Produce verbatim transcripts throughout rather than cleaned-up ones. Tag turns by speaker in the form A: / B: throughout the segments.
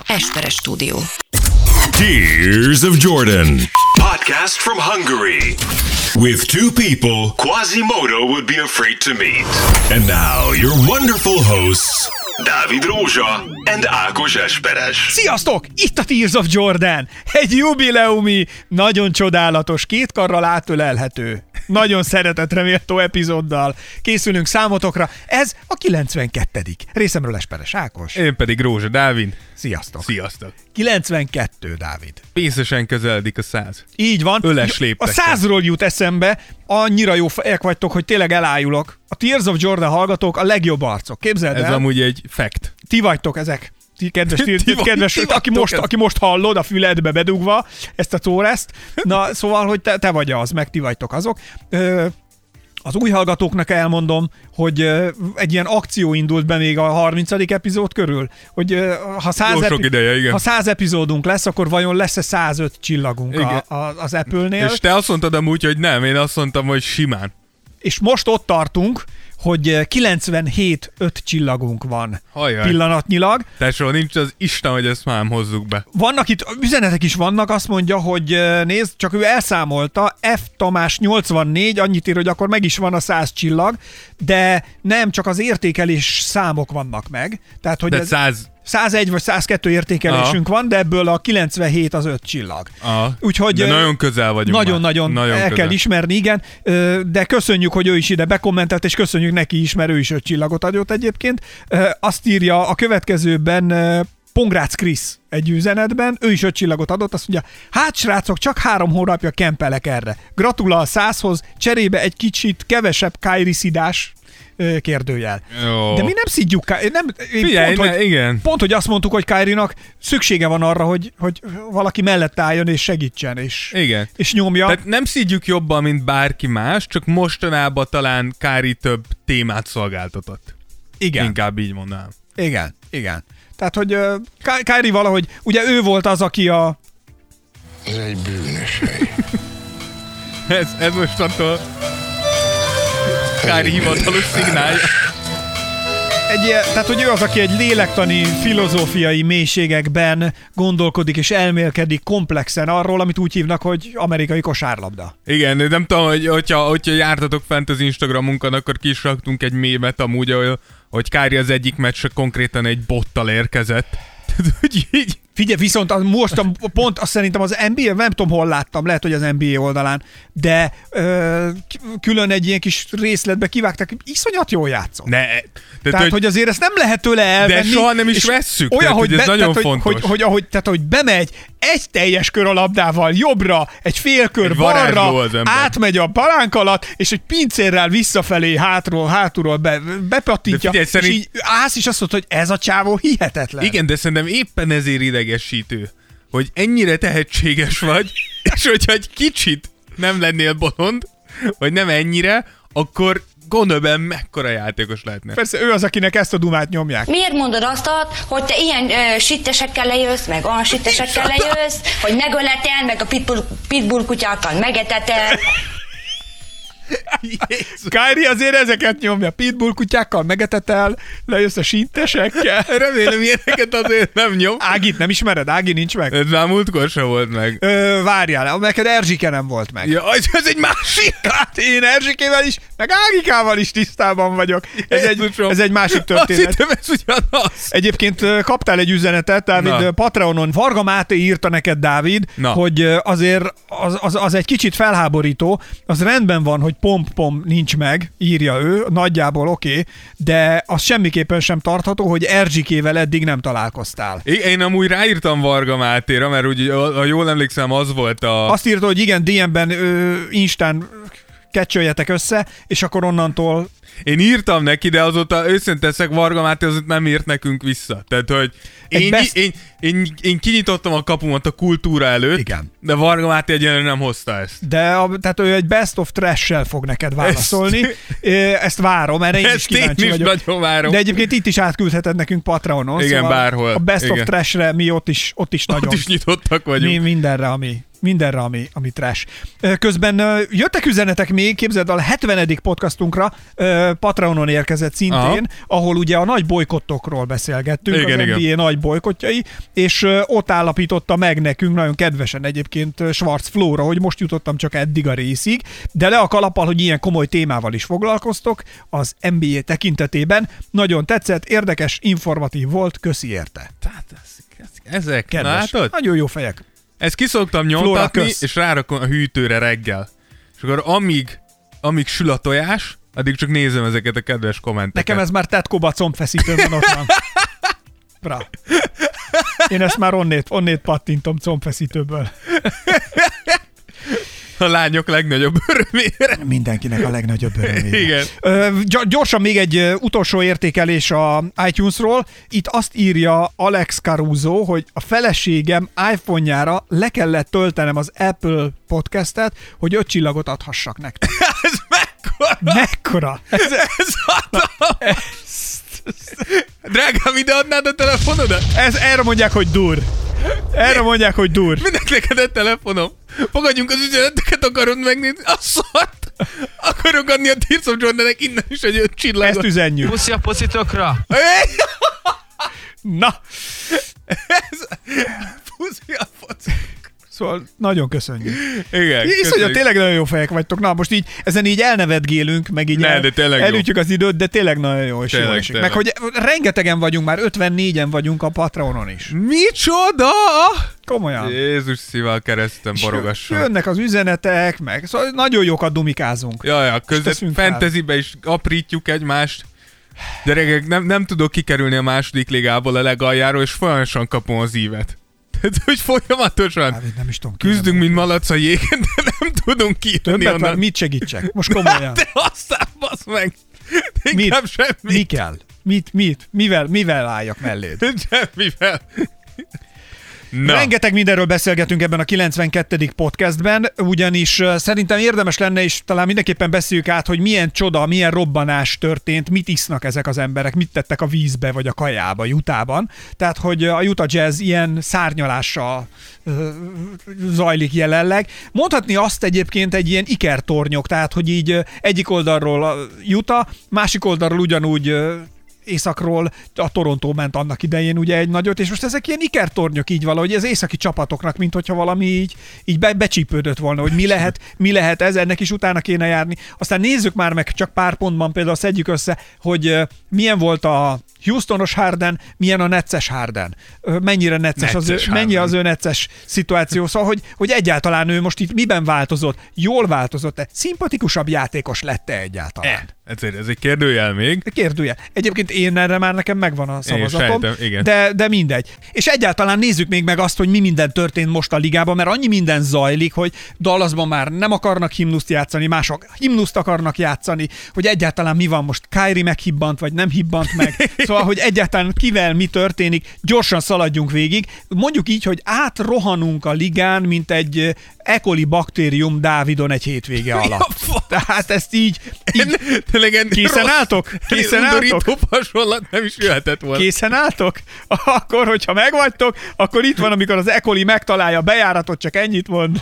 A: Esperes Stúdió.
B: Tears of Jordan. Podcast from Hungary. With two people Quasimodo would be afraid to meet. And now your wonderful hosts, Dávid Rózsa and Ákos Esperes.
C: Sziasztok! Itt a Tears of Jordan. Egy jubileumi, nagyon csodálatos, két karral átölelhető, nagyon szeretetre méltó epizóddal készülünk számotokra. Ez a kilencvenkettedik Részemről Esperes Ákos.
D: Én pedig Rózsa Dávid.
C: Sziasztok!
D: Sziasztok!
C: kilencvenkettő, Dávid.
D: Pészesen közeledik a száz.
C: Így van.
D: Öles léptekkel.
C: A százról jut eszembe, annyira jó fejek vagytok, hogy tényleg elájulok. A Tears of Jordan hallgatók a legjobb arcok. Képzeld el.
D: Ez amúgy egy fact.
C: Ti vagytok ezek. Ti kedves, ti,
D: ti,
C: kedves
D: ti
C: aki, most,
D: ez.
C: aki most hallod a füledbe bedugva ezt a córeszt. Na, szóval, hogy te, te vagy az, meg ti vagytok azok. Ö, az új hallgatóknak elmondom, hogy ö, egy ilyen akció indult be még a harmincadik epizód körül, hogy ö, ha, száz epi-
D: ideje, igen.
C: ha száz epizódunk lesz, akkor vajon lesz-e százöt csillagunk a, a, az Apple-nél.
D: És te azt mondtad amúgy, hogy nem, én azt mondtam, hogy simán.
C: És most ott tartunk, hogy kilencvenhét öt csillagunk van.
D: Hajjaj.
C: Pillanatnyilag.
D: Tesó, nincs az Isten, hogy ezt már hozzuk be.
C: Vannak itt, üzenetek is vannak, azt mondja, hogy nézd, csak ő elszámolta, F. Tamás nyolcvannégy, annyit ír, hogy akkor meg is van a száz csillag, de nem, csak az értékelés számok vannak meg. Tehát, hogy
D: de
C: ez
D: száz...
C: százegy vagy százkettő értékelésünk
D: Aha.
C: van, de ebből a kilencvenhét az öt csillag.
D: Úgyhogy de nagyon közel vagyunk.
C: Nagyon-nagyon el
D: közel.
C: kell ismerni, igen, de köszönjük, hogy ő is ide bekommentelt, és köszönjük neki is, mert ő is öt csillagot adott egyébként. Azt írja a következőben Pongrácz Krisz egy üzenetben, ő is öt csillagot adott, azt mondja, hát srácok, csak három hónapja kempelek erre. Gratulál százhoz, cserébe egy kicsit kevesebb Kyrie-szidás kérdőjel.
D: Jó.
C: De mi nem szidjuk, nem,
D: Figyelj,
C: pont,
D: ne,
C: hogy,
D: igen.
C: pont, hogy azt mondtuk, hogy Kyrie-nak szüksége van arra, hogy, hogy valaki mellett álljon és segítsen, és,
D: igen.
C: és nyomja.
D: Tehát nem szidjuk jobban, mint bárki más, csak mostanában talán Kyrie több témát szolgáltatott.
C: Igen.
D: Inkább így mondanám.
C: Igen, igen. Tehát, hogy uh, Kyrie valahogy, ugye ő volt az, aki a...
E: Ez egy bűnös hely.
D: ez, ez mostantól Kyrie hivatalos szignálja.
C: Egy ilyen, tehát, hogy ő az, aki egy lélektani, filozófiai mélységekben gondolkodik és elmélkedik komplexen arról, amit úgy hívnak, hogy amerikai kosárlabda.
D: Igen, nem tudom, hogy hogyha, hogyha jártatok fent az Instagramunkon, akkor ki is raktunk egy mémet amúgy, hogy Kyrie az egyik meccsre konkrétan egy bottal érkezett. hogy így...
C: Figyelj, viszont az, most a, pont azt szerintem az en bé á, nem tudom hol láttam, lehet, hogy az en bé á oldalán, de ö, külön egy ilyen kis részletbe kivágták, iszonyat jól játszott.
D: Ne,
C: tehát,
D: tehát,
C: hogy, hogy azért ezt nem lehet tőle elvenni.
D: De soha nem is vesszük,
C: olyan,
D: tehát,
C: hogy,
D: hogy ez
C: be,
D: nagyon
C: tehát,
D: fontos.
C: Hogy, hogy, hogy, tehát, hogy bemegy egy teljes kör a labdával jobbra, egy fél kör
D: egy
C: balra, átmegy a palánk alatt, és egy pincérrel visszafelé, hátról, hátulról be, bepattintja,
D: figyelj,
C: és
D: szerint...
C: így állsz, és azt mondod, hogy ez a csávó hihetetlen.
D: Igen, de szerintem éppen ezért idegesítő, hogy ennyire tehetséges vagy, és hogyha egy kicsit nem lennél bolond, vagy nem ennyire, akkor gondolom, mekkora játékos lehetne.
C: Persze ő az, akinek ezt a dumát nyomják.
F: Miért mondod azt, hogy te ilyen ö, sittesekkel lejössz, meg olyan sittesekkel lejössz, hogy megöletel, meg a pitbull, pitbull kutyákkal megetetel?
C: Kyrie azért ezeket nyomja. Pitbull kutyákkal megetetel, lejössz a sittesekkel.
D: Remélem, ilyeneket azért nem nyom.
C: Ágit nem ismered? Ági nincs meg?
D: Ez már múltkor sem volt meg.
C: Ö, várjál, neked Erzsike nem volt meg.
D: Ja, ez egy másik.
C: Hát én Erzsikével is, meg Ágikával is tisztában vagyok. Ez egy, ez egy másik történet.
D: Azt hittem, ez ugyanaz.
C: Egyébként kaptál egy üzenetet, Dávid, Na. Patreonon. Varga Máté írta neked, Dávid, Na. hogy azért az, az, az egy kicsit felháborító. Az rendben van, hogy pom-pom nincs meg, írja ő, nagyjából oké, okay, de az semmiképpen sem tartható, hogy Erzsikével eddig nem találkoztál.
D: Én amúgy ráírtam Varga Mátéra, mert úgy, ha jól emlékszem, az volt a...
C: Azt írta, hogy igen, dé em-ben, Instán kecsöljetek össze, és akkor onnantól...
D: Én írtam neki, de azóta őszintén teszek, Varga Máté azért nem írt nekünk vissza. Tehát, hogy én, best... én, én, én kinyitottam a kapumat a kultúra előtt,
C: igen.
D: De Varga Máté egyenlően nem hozta ezt.
C: De a, tehát ő egy best of trash-sel fog neked válaszolni. Ezt, ezt várom, erre én
D: ezt
C: is kíváncsi
D: én is
C: vagyok.
D: nagyon várom.
C: De egyébként itt is átküldheted nekünk Patreonon.
D: Igen,
C: szóval
D: bárhol.
C: A best
D: igen.
C: of trash-re mi ott is, ott is nagyon...
D: Ott is nyitottak vagyunk.
C: Mi mindenre, ami... Mindenre, ami, ami trash. Közben jöttek üzenetek még, képzeld, a hetvenedik podcastunkra Patreonon érkezett szintén, aha, ahol ugye a nagy bolykottokról beszélgettünk, igen, az igen. en bé á nagy bolykottjai, és ott állapította meg nekünk nagyon kedvesen egyébként Schwarz Flóra, hogy most jutottam csak eddig a részig, de le a kalappal, hogy ilyen komoly témával is foglalkoztok az en bé á tekintetében. Nagyon tetszett, érdekes, informatív volt, köszi érte.
D: Tehát ezek, látod?
C: Nagyon jó fejek.
D: Ezt kiszoktam nyomtatni, és rárakom a hűtőre reggel. És akkor amíg, amíg sül a tojás, addig csak nézem ezeket a kedves kommenteket.
C: Nekem ez már Tetkoba combfeszítőn van ott van. Bra. Én ezt már onnét, onnét pattintom combfeszítőből.
D: A lányok legnagyobb örömére.
C: Mindenkinek a legnagyobb örömére.
D: Igen.
C: Ö, gyorsan még egy utolsó értékelés a iTunes-ról. Itt azt írja Alex Caruso, hogy a feleségem iPhone-jára le kellett töltenem az Apple podcastet, hogy öt csillagot adhassak nektek.
D: Ez mekkora?
C: Mekkora? Ez,
D: ez hatalmas. Drágám, ide adnád a telefonodat?
C: Ez, erre mondják, hogy dur. Erre mondják, hogy dur.
D: Minek neked a telefonom? Fogadjunk az üzeneteket, akarod megnézni? A szart! Akarok adni a Tears of Jordanek innen is egy öt csillagot.
C: Ezt üzenjük.
A: Puszi a pocitokra!
C: Na!
D: Ez... Puszi a pocitokra.
C: Szóval nagyon köszönjük.
D: Igen,
C: Iszonyat, tényleg nagyon jó fejek vagytok. Na, most így ezen így elnevetgélünk, meg így
D: ne,
C: el, elütjük az időt, de tényleg nagyon jó és
D: tényleg,
C: jó esik. Meg hogy rengetegen vagyunk már, ötvennégyen vagyunk a Patreonon is.
D: Micsoda?
C: Komolyan.
D: Jézus szíval keresztem borogasson.
C: Jönnek az üzenetek, meg szóval nagyon jókat dumikázunk.
D: Jaj, között fantasybe is aprítjuk egymást. De regek, nem, nem tudok kikerülni a második ligából a legaljáról, és folyamatosan kapom az ívet. Tehát, hogy folyamatosan
C: Dávid, nem is tudom,
D: küzdünk, mint malac a jégen, de nem tudunk kijönni onnan.
C: Többet mit segítsek? Most komolyan.
D: De aztán basz meg. Inkább
C: mit?
D: semmit.
C: Mi kell? Mit? Mit? Mivel, mivel álljak melléd?
D: Semmivel. Na.
C: Rengeteg mindenről beszélgetünk ebben a kilencvenkettedik podcastben, ugyanis szerintem érdemes lenne, és talán mindenképpen beszéljük át, hogy milyen csoda, milyen robbanás történt, mit isznak ezek az emberek, mit tettek a vízbe, vagy a kajába, Utahban. Tehát, hogy a Utah Jazz ilyen szárnyalással zajlik jelenleg. Mondhatni azt egyébként egy ilyen ikertornyok, tehát, hogy így egyik oldalról a Utah, másik oldalról ugyanúgy északról a Torontó ment annak idején ugye egy nagyot, és most ezek ilyen ikertornyok így valahogy, az északi csapatoknak, mint hogyha valami így, így be, becsípődött volna, hogy mi lehet, mi lehet ez, ennek is utána kéne járni. Aztán nézzük már meg csak pár pontban, például szedjük össze, hogy milyen volt a Houstonos Harden, milyen a Netses Harden. Mennyire Netses az ő, mennyi az ő Netses szituáció, szóval, hogy, hogy egyáltalán ő most itt miben változott, jól változott-e, szimpatikusabb játékos lett-e egyáltalán?
D: E, ez, ez egy kérdőjel még.
C: Kérdőjel. Egyébként én erre már nekem megvan a szavazatom,
D: sejtem, igen.
C: De, de mindegy. És egyáltalán nézzük még meg azt, hogy mi minden történt most a ligában, mert annyi minden zajlik, hogy Dallasban már nem akarnak himnuszt játszani, mások himnuszt akarnak játszani, hogy egyáltalán mi van most, Kyrie meghibbant, vagy nem hibbant meg. Szóval, hogy egyáltalán kivel mi történik, gyorsan szaladjunk végig. Mondjuk így, hogy átrohanunk a ligán, mint egy E. coli baktérium Dávidon egy hétvége alatt. Tehát ezt így... így... Készen álltok? Készen álltok?
D: Hasonlat nem is jöhetett volna.
C: Készen álltok? Akkor, hogyha megvagytok, akkor itt van, amikor az E. coli megtalálja a bejáratot, csak ennyit mond.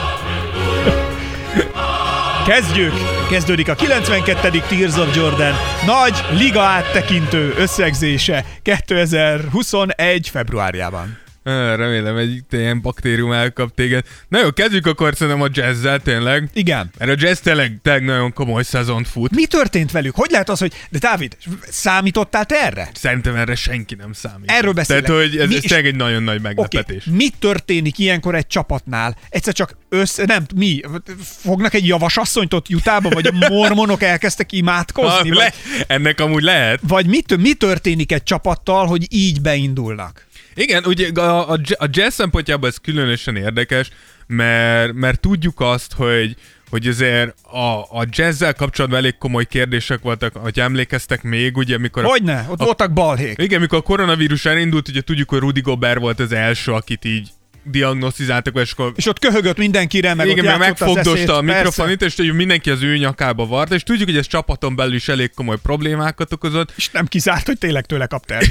C: Kezdjük! Kezdődik a kilencvenkettedik Tears of Jordan nagy liga áttekintő összegzése kétezer-huszonegy februárjában.
D: Remélem egy ilyen baktérium elkap téged. Na jó, kezdjük akkor szerintem a Jazz-zel tényleg.
C: Igen.
D: Mert a Jazz tényleg, tényleg nagyon komoly szezont fut.
C: Mi történt velük? Hogy lehet az, hogy... De Dávid, számítottál te erre?
D: Szerintem erre senki nem számít.
C: Erről beszélek.
D: Tehát, hogy ez,
C: mi
D: ez tényleg egy nagyon nagy meglepetés.
C: Okay. Mi történik ilyenkor egy csapatnál? Egyszer csak össze... Nem, mi? Fognak egy javasasszonyt ott Utahba, vagy a mormonok elkezdtek imádkozni?
D: Ha,
C: vagy...
D: le, ennek amúgy lehet.
C: Vagy mi, mi történik egy csapattal, hogy így beindulnak?
D: Igen, ugye a, a, a Jazz szempontjából ez különösen érdekes, mert, mert tudjuk azt, hogy, hogy azért a, a Jazz-zel kapcsolatban elég komoly kérdések voltak, hogy emlékeztek még, ugye, mikor...
C: Hogyne, ott a, voltak balhék.
D: Igen, mikor a koronavírus elindult, ugye tudjuk, hogy Rudy Gobert volt az első, akit így diagnosztizáltak, és akkor...
C: És ott köhögött mindenkire, meg
D: igen,
C: ott
D: meg megfogdosta a mikrofonit,
C: persze.
D: és mindenki az ő nyakába vart, és tudjuk, hogy ez csapaton belül is elég komoly problémákat okozott.
C: És nem kizárt, hogy tényleg tőle kapta el.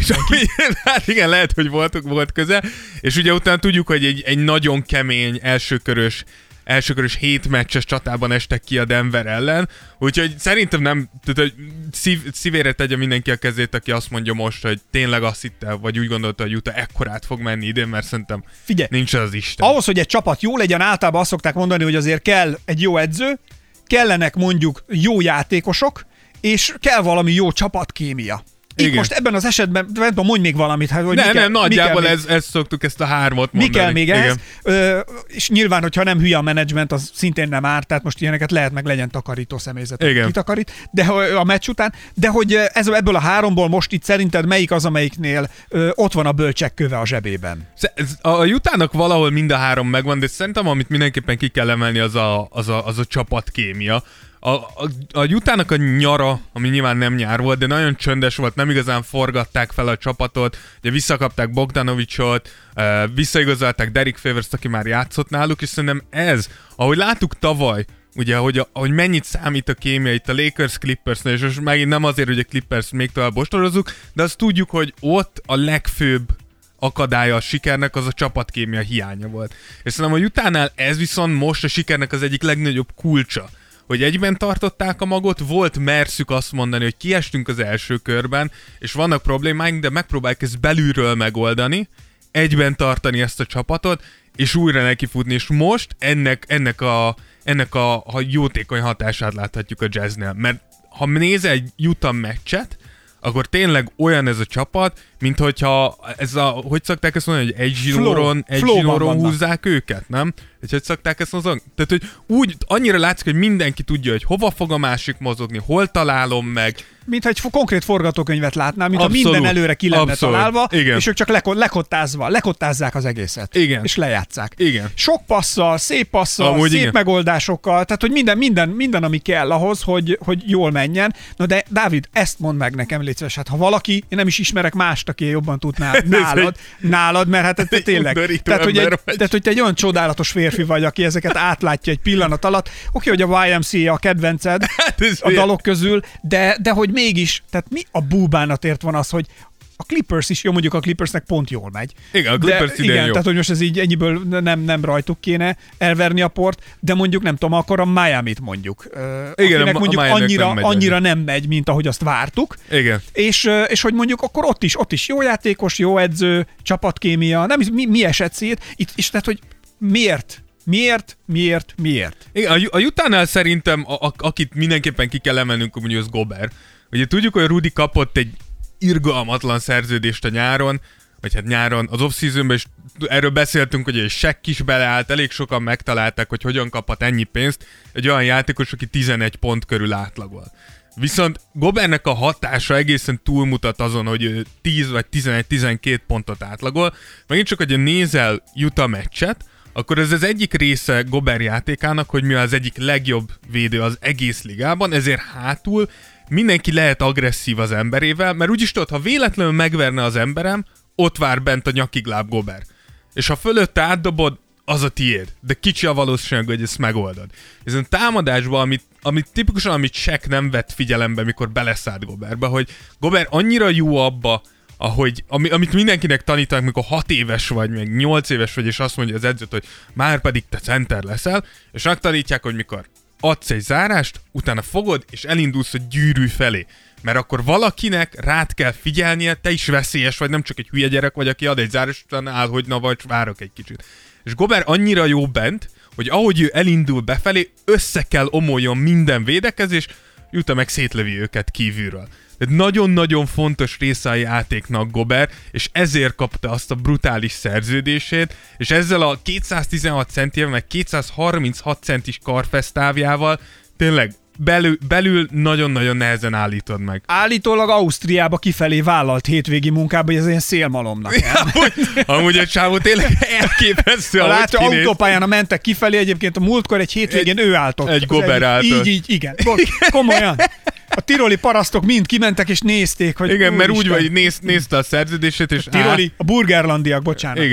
D: Hát igen, lehet, hogy volt, volt köze. És ugye utána tudjuk, hogy egy, egy nagyon kemény elsőkörös elsőkörös hét meccses csatában estek ki a Denver ellen, úgyhogy szerintem nem, tehát, hogy szív, szívére tegye mindenki a kezét, aki azt mondja most, hogy tényleg azt hitte, vagy úgy gondolta, hogy Utah ekkorát fog menni idén, mert szerintem
C: Figyelj,
D: nincs az Isten.
C: Ahhoz, hogy egy csapat jó legyen, általában azt szokták mondani, hogy azért kell egy jó edző, kellenek mondjuk jó játékosok, és kell valami jó csapatkémia. Itt
D: igen.
C: most ebben az esetben, nem tudom, mondj még valamit. Hogy
D: nem,
C: mi kell,
D: nem, nagyjából
C: mi
D: ez, ez szoktuk ezt a hármat mondani.
C: Mi kell még ehhez? Ö, és nyilván, hogyha nem hülye a menedzsment, az szintén nem árt, tehát most ilyeneket lehet, meg legyen takarító személyzet, kitakarít, de a meccs után. De hogy ez, ebből a háromból most itt szerinted melyik az, amelyiknél ö, ott van a bölcsek köve a zsebében?
D: A Utahnak valahol mind a három megvan, de szerintem amit mindenképpen ki kell emelni, az a, az a, az a csapatkémia. A, a, a Utahnak a nyara, ami nyilván nem nyár volt, de nagyon csöndes volt, nem igazán forgatták fel a csapatot, ugye visszakapták Bogdanovicsot, uh, visszaigazolták Derek Favors-t, aki már játszott náluk, és szerintem ez, ahogy láttuk tavaly, ugye, hogy, a, hogy mennyit számít a kémia itt a Lakers Clippersnél, és most megint nem azért, hogy a Clippers még tovább ostorozzuk, de azt tudjuk, hogy ott a legfőbb akadálya a sikernek az a csapatkémia hiánya volt. És szerintem a Utahnál ez viszont most a sikernek az egyik legnagyobb kulcsa, hogy egyben tartották a magot, volt merszük azt mondani, hogy kiestünk az első körben, és vannak problémáink, de megpróbáljuk ezt belülről megoldani, egyben tartani ezt a csapatot, és újra nekifutni, és most ennek, ennek, a, ennek a, a jótékony hatását láthatjuk a Jazznél, mert ha nézel egy Utah meccset, akkor tényleg olyan ez a csapat, mint hogyha ez a, hogy szokták ezt mondani, hogy egy zsinóron, egy zsinóron húzzák őket, nem? Hogy hogy szokták ezt mondani? Tehát, hogy úgy annyira látszik, hogy mindenki tudja, hogy hova fog a másik mozogni, hol találom meg.
C: Mintha egy konkrét forgatókönyvet látnám, mintha
D: abszolút,
C: minden előre ki lenne
D: abszolút,
C: találva,
D: igen.
C: és ők csak leko- lekottázva, lekottázzák az egészet.
D: Igen.
C: És lejátszák.
D: Igen.
C: Sok passzal, szép passzal,
D: amúgy
C: szép
D: igen.
C: megoldásokkal, tehát hogy minden, minden, minden, ami kell ahhoz, hogy, hogy jól menjen. Na de Dávid, ezt mondd meg nekem, légy szíves, hát ha valaki, én nem is ismerek mást, aki jobban tudná nálad, nálad, mert hát te tényleg, tehát hogy, egy, tehát, hogy te egy olyan csodálatos férfi vagy, aki ezeket átlátja egy pillanat alatt. Oké, hogy a Y M C A a kedvenced a dalok közül, de, de hogy mégis, tehát mi a búbánatért van az, hogy a Clippers is, jó, mondjuk a Clippersnek pont jól megy.
D: Igen, a Clippers
C: de,
D: idén
C: igen,
D: jó.
C: tehát hogy most ez így ennyiből nem, nem rajtuk kéne elverni a port, de mondjuk nem tudom, akkor a Miamit mondjuk.
D: Igen,
C: akinek
D: a,
C: mondjuk
D: a
C: annyira,
D: nem megy
C: annyira nem megy, mint ahogy azt vártuk.
D: Igen.
C: És, és hogy mondjuk akkor ott is, ott is jó játékos, jó edző, csapatkémia, nem mi, mi esett szét, itt, és tehát, hogy miért? Miért? Miért? Miért?
D: Igen, a, a Utahnál szerintem, a, a, akit mindenképpen ki kell emelnünk, mondjuk az Gobert. Ugye tudjuk, hogy Rudy kapott egy irgalmatlan szerződést a nyáron, vagy hát nyáron, az off-seasonben, és erről beszéltünk, hogy egy sekk is beleállt, elég sokan megtalálták, hogy hogyan kaphat ennyi pénzt egy olyan játékos, aki tizenegy pont körül átlagol. Viszont Gobertnek a hatása egészen túlmutat azon, hogy ő tíz vagy tizenegy-tizenkét pontot átlagol. Megint csak, hogy nézel Utah meccset, akkor ez az egyik része Gobert játékának, hogy mivel az egyik legjobb védő az egész ligában, ezért hátul mindenki lehet agresszív az emberével, mert úgyis tudod, ha véletlenül megverne az emberem, ott vár bent a nyakigláb Gobert. És ha fölötte átdobod, az a tiéd. De kicsi a valószínűség, hogy ezt megoldod. Ezen támadásban, amit, amit tipikusan, amit Shaq nem vett figyelembe, mikor beleszállt Gobertbe, hogy Gobert annyira jó abba, ahogy, ami, amit mindenkinek tanítanak, mikor hat éves vagy, meg nyolc éves vagy, és azt mondja az edzőt, hogy már pedig te center leszel, és megtanítják, hogy mikor adsz egy zárást, utána fogod, és elindulsz a gyűrű felé. Mert akkor valakinek rád kell figyelnie, te is veszélyes vagy, nem csak egy hülye gyerek vagy, aki ad egy zárást, utána áll, hogy na vagy, várok egy kicsit. És Gobert annyira jó bent, hogy ahogy ő elindul befelé, össze kell omoljon minden védekezés, Utah meg szétlövi őket kívülről. Tehát nagyon-nagyon fontos része a játéknak Gobert, és ezért kapta azt a brutális szerződését, és ezzel a kétszáztizenhat centivel, meg kétszázharminchat centis karfesztávjával tényleg belül, belül nagyon-nagyon nehezen állítod meg.
C: Állítólag Ausztriába kifelé vállalt hétvégi munkába, hogy ez ilyen szélmalomnak.
D: amúgy, amúgy a csávó tényleg elképesztő,
C: ahogy
D: látja,
C: kinéz. Autópályán a mentek kifelé, egyébként a múltkor egy hétvégén egy, ő állt ott.
D: Egy Gobert állt.
C: Így, így, igen. Komolyan. A tiroli parasztok mind kimentek és nézték, hogy
D: igen, mert
C: Isten.
D: úgy vagy, néz, nézte a szerződését, és
C: a tiroli, á, a burgerlandiak, bocsánat.
D: Igen.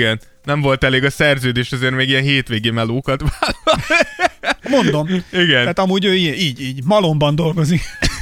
D: nem volt elég a szerződés, azért még ilyen hétvégi melókat vállal.
C: Mondom.
D: Igen.
C: Tehát amúgy ő így, így, így malomban dolgozik.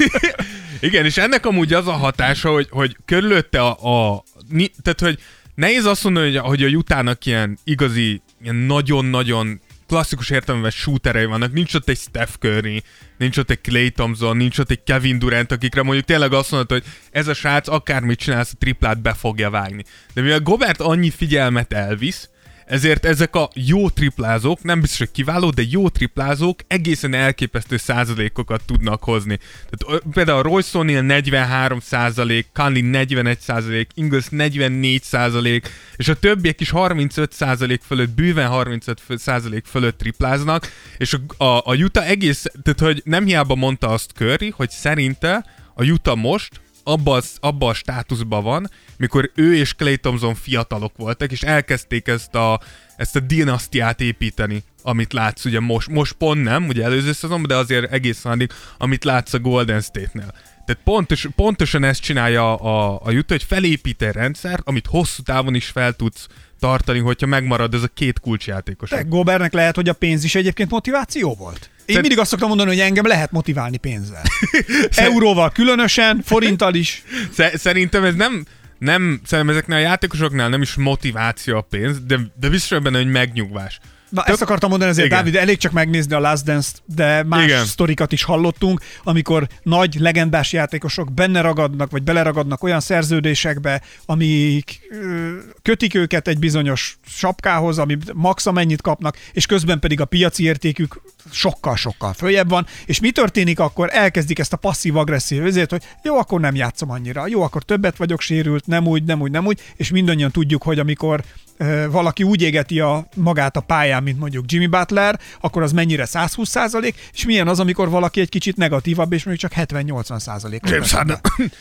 D: Igen, és ennek amúgy az a hatása, hogy, hogy körülötte a, a... Tehát, hogy nehéz azt mondani, hogy, hogy a Utahnak ilyen igazi, ilyen nagyon-nagyon klasszikus értelemben shooterei vannak. Nincs ott egy Steph Curry, nincs ott egy Klay Thompson, nincs ott egy Kevin Durant, akikre mondjuk tényleg azt mondod, hogy ez a srác akármit csinálsz, a triplát be fogja vágni. De mivel Gobert annyi figyelmet elvisz, ezért ezek a jó triplázók, nem biztos, hogy kiváló, de jó triplázók egészen elképesztő százalékokat tudnak hozni. Tehát például Royce O'Neal negyvenhárom százalék, Conley negyvenegy százalék, Ingles negyvennégy százalék, és a többiek is harmincöt százalék fölött, bőven harmincöt százalék fölött tripláznak, és a, a, a Utah egész, tehát hogy nem hiába mondta azt Curry, hogy szerinte a Utah most abba, az, abba a státuszban van, mikor ő és Klay Thompson fiatalok voltak, és elkezdték ezt a, ezt a dinasztiát építeni, amit látsz ugye most, most pont nem, ugye előző szezonban, de azért egészen addig, amit látsz a Golden State-nél. Tehát pontos, pontosan ezt csinálja a, a Utah, hogy felépít egy rendszert, amit hosszú távon is fel tudsz tartani, hogyha megmarad ez a két kulcsjátékos.
C: De Gobertnek lehet, hogy a pénz is egyébként motiváció volt? Én
D: Szer-
C: mindig azt szoktam mondani, hogy engem lehet motiválni pénzzel. Euróval különösen, forinttal is.
D: Szerintem ez nem, nem, szerintem ezeknél a játékosoknál nem is motiváció a pénz, de, de biztos benne, hogy megnyugvás.
C: Na, Tök... ezt akartam mondani, ezért
D: Igen.
C: Dávid, elég csak megnézni a Last Dance-t, de más
D: Igen.
C: sztorikat is hallottunk, amikor nagy, legendás játékosok benne ragadnak, vagy beleragadnak olyan szerződésekbe, amik ö, kötik őket egy bizonyos sapkához, ami max amennyit kapnak, és közben pedig a piaci értékük sokkal-sokkal följebb van, és mi történik akkor? Elkezdik ezt a passzív-agresszív ezért, hogy jó, akkor nem játszom annyira, jó, akkor többet vagyok sérült, nem úgy, nem úgy, nem úgy, és mindannyian tudjuk, hogy amikor ö, valaki úgy égeti a magát a pályán, mint mondjuk Jimmy Butler, akkor az mennyire száz húsz százalék, és milyen az, amikor valaki egy kicsit negatívabb, és mondjuk csak hetven-nyolcvan százalék.
D: James Harden.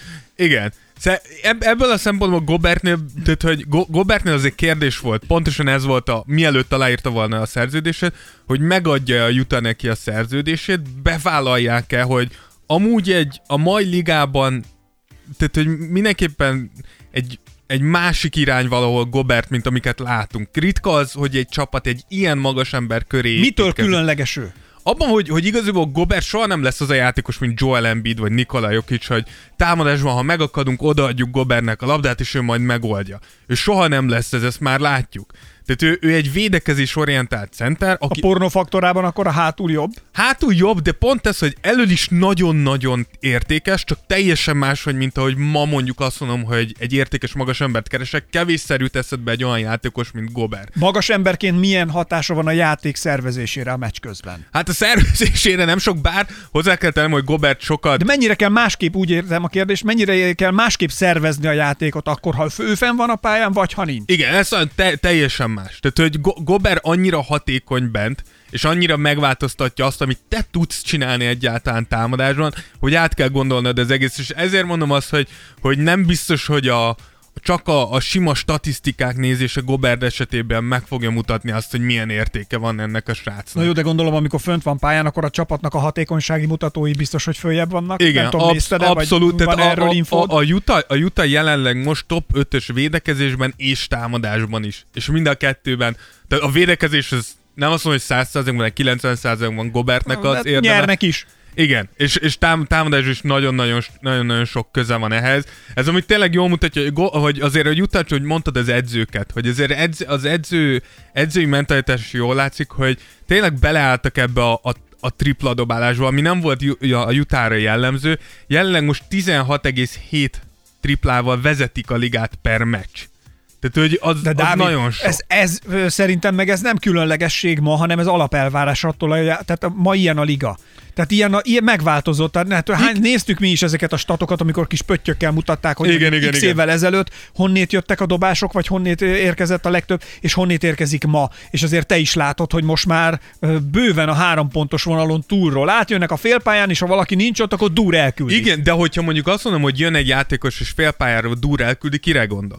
D: Igen. Ebből a szempontból Gobertnél, tehát, hogy Gobertnél az egy kérdés volt, pontosan ez volt, a, mielőtt aláírta volna a szerződését, hogy megadja a Utah neki a szerződését, bevállalják-e, hogy amúgy egy a mai ligában, tehát hogy mindenképpen egy egy másik irány valahol Gobert, mint amiket látunk. Ritka az, hogy egy csapat egy ilyen magas ember köré
C: Mitől
D: építkezik.
C: különleges ő?
D: Abban, hogy, hogy igazából Gobert soha nem lesz az a játékos, mint Joel Embiid vagy Nikola Jokic, hogy támadásban, ha megakadunk, odaadjuk Gobertnek a labdát, és ő majd megoldja. Ő soha nem lesz ez, ezt már látjuk. Tehát ő, ő egy védekezés orientált center. Aki...
C: A pornófaktorában akkor a hátul jobb?
D: Hátul jobb, de pont ez, hogy elől is nagyon-nagyon értékes, csak teljesen máshogy, mint ahogy ma mondjuk azt mondom, hogy egy értékes magas embert keresek, kevésszerű teszed be egy olyan játékos, mint Gobert.
C: Magas emberként milyen hatása van a játék szervezésére a meccs közben?
D: Hát a szervezésére nem sok, bár hozzá kell tennem, hogy Gobert sokat...
C: De mennyire kell másképp, úgy értem a kérdést, mennyire kell másképp szervezni a játékot akkor, ha ő fenn van a pályán, vagy ha nincs?
D: Igen, ez te- teljesen más. Tehát, hogy Go- Gobert annyira hatékony bent, és annyira megváltoztatja azt, amit te tudsz csinálni egyáltalán támadásban, hogy át kell gondolnod az egész, és ezért mondom azt, hogy, hogy nem biztos, hogy a, csak a, a sima statisztikák nézése Gobert esetében meg fogja mutatni azt, hogy milyen értéke van ennek a srácnak.
C: Na jó, de gondolom, amikor fönt van pályán, akkor a csapatnak a hatékonysági mutatói biztos, hogy följebb vannak.
D: Igen,
C: nem tudom,
D: absz-
C: nézted-e,
D: abszolút.
C: vagy van
D: Tehát
C: erről
D: a,
C: infód?
D: a, a, Utah, a Utah jelenleg most top ötös védekezésben és támadásban is. És mind a kettőben. Tehát a védekezés az nem azt mondom, hogy száz százalékban, vagy kilencven százalékban Gobertnek az érdeme.
C: Nyernek is.
D: Igen, és, és tám, támadás is nagyon-nagyon, nagyon-nagyon sok köze van ehhez. Ez amit tényleg jól mutatja, hogy, go, hogy azért a Utah, hogy mondtad az edzőket, hogy azért edz, az edző, edzői mentalitás jól látszik, hogy tényleg beleálltak ebbe a, a a tripla dobálásba, ami nem volt a Utahra jellemző. Jelenleg most tizenhat egész hét triplával vezetik a ligát per meccs. Tehát, hogy az,
C: De
D: az
C: Dávid,
D: nagyon sok.
C: Ez, ez szerintem meg ez nem különlegesség ma, hanem ez alapelvárás attól, hogy tehát ma ilyen a liga. Tehát ilyen, a, ilyen megváltozott. Tehát, hány, néztük mi is ezeket a statokat, amikor kis pöttyökkel mutatták, hogy
D: igen, igen,
C: x
D: igen.
C: évvel ezelőtt honnét jöttek a dobások, vagy honnét érkezett a legtöbb, és honnét érkezik ma. És azért te is látod, hogy most már bőven a három pontos vonalon túlról átjönnek a félpályán, és ha valaki nincs ott, akkor dur elküldik.
D: Igen, de hogyha mondjuk azt mondom, hogy jön egy játékos, és félpályáról dur elküldi, kire gondolsz?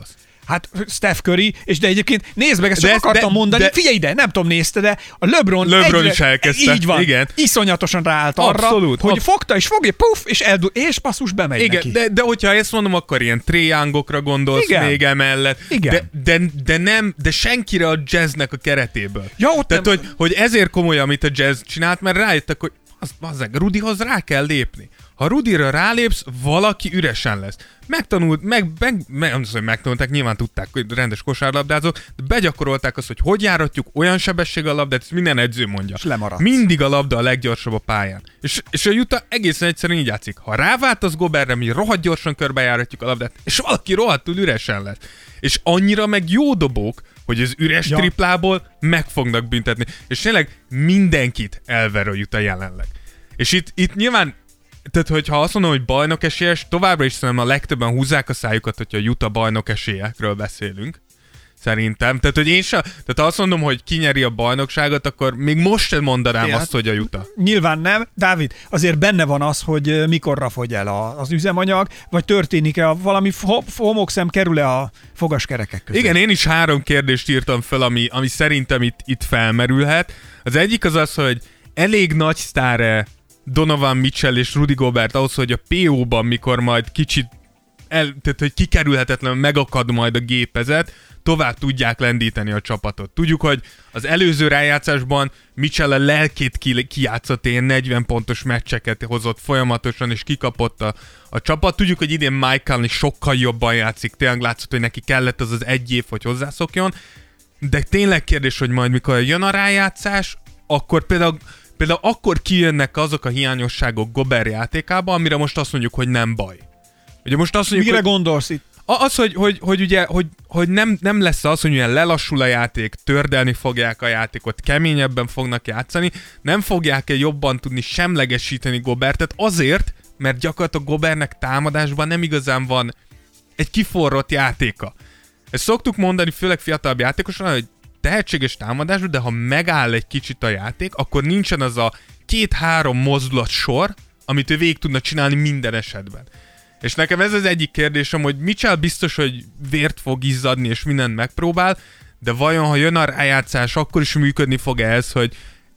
C: Hát Steph Curry, és de egyébként nézd meg, ezt
D: De
C: csak
D: ezt-
C: akartam
D: de-
C: mondani,
D: de-
C: figyelj ide, nem tudom, nézte, de a LeBron,
D: LeBron
C: egyre,
D: is elkezdte,
C: így van,
D: igen.
C: iszonyatosan ráállt arra,
D: Abszolút,
C: hogy
D: absz-
C: fogta és fogja, puff, és eldul, és passzus bemegy
D: Igen,
C: neki.
D: de, de hogyha ezt mondom, akkor ilyen Trae Youngokra gondolsz
C: Igen.
D: még emellett.
C: Igen.
D: De, de, de, nem, de senkire a jazznek a keretéből.
C: Ja, ott
D: Tehát,
C: nem-
D: hogy, hogy ezért komoly, amit a jazz csinált, mert rájöttek, hogy az, az, Rudihoz rá kell lépni. Ha Rudira rálépsz, valaki üresen lesz. Megtanult, meg, meg, meg nem tudom, hogy megtanulták, nyilván tudták, hogy rendes kosárlabdázók, de begyakorolták azt, hogy hogy járatjuk olyan sebességgel a labdát, ezt minden edző mondja.
C: És lemaradsz.
D: Mindig a labda a leggyorsabb a pályán. És, és a Utah egészen egyszerűen így játszik. Ha ráváltasz Gobertre, mi rohadt gyorsan körbejáratjuk a labdát, és valaki rohadtul üresen lesz. És annyira meg jó dobók, hogy az üres
C: Ja.
D: ja. triplából meg fognak büntetni. És tényleg mindenkit elver a Utah jelenleg. És itt, itt nyilván, tehát hogyha azt mondom, hogy bajnok esélyes, továbbra is szerintem a legtöbben húzzák a szájukat, hogyha a Utah bajnok esélyekről beszélünk. Szerintem. Tehát, hogy én sem, tehát ha azt mondom, hogy ki nyeri a bajnokságot, akkor még most sem mondanám
C: Igen.
D: azt, hogy a Utah.
C: Nyilván nem. Dávid, azért benne van az, hogy ö, mikorra fogy el a, az üzemanyag, vagy történik-e a, valami fo- homokszem kerül-e a fogaskerekek közé.
D: Igen, én is három kérdést írtam fel, ami, ami szerintem itt, itt felmerülhet. Az egyik az az, hogy elég nagy sztár Donovan Mitchell és Rudy Gobert ahhoz, hogy a pé ó-ban, mikor majd kicsit el, tehát, hogy kikerülhetetlen megakad majd a gépezet, tovább tudják lendíteni a csapatot. Tudjuk, hogy az előző rájátszásban Mitchell a lelkét ki, kijátszott, ilyen negyven pontos meccseket hozott folyamatosan, és kikapott a, a csapat. Tudjuk, hogy idén Mike Conley sokkal jobban játszik, tényleg látszott, hogy neki kellett az az egy év, hogy hozzászokjon, de tényleg kérdés, hogy majd mikor jön a rájátszás, akkor például Például akkor kijönnek azok a hiányosságok Gobert játékában, amire most azt mondjuk, hogy nem baj. Ugye most azt mondjuk,
C: Mire
D: hogy
C: gondolsz itt?
D: az, hogy, hogy, hogy ugye, hogy, hogy nem, nem lesz az, hogy ilyen lelassul a játék, tördelni fogják a játékot, keményebben fognak játszani, nem fogják-e jobban tudni semlegesíteni Gobertet azért, mert gyakorlatilag Gobertnek támadásban nem igazán van egy kiforrott játéka. Ezt szoktuk mondani, főleg fiatalabb játékosra, hogy tehetséges támadásban, de ha megáll egy kicsit a játék, akkor nincsen az a két-három mozdulat sor, amit ő végig tudna csinálni minden esetben. És nekem ez az egyik kérdésem, hogy Mitchell biztos, hogy vért fog izzadni, és mindent megpróbál, de vajon, ha jön a rájátszás, akkor is működni fog ez, hogy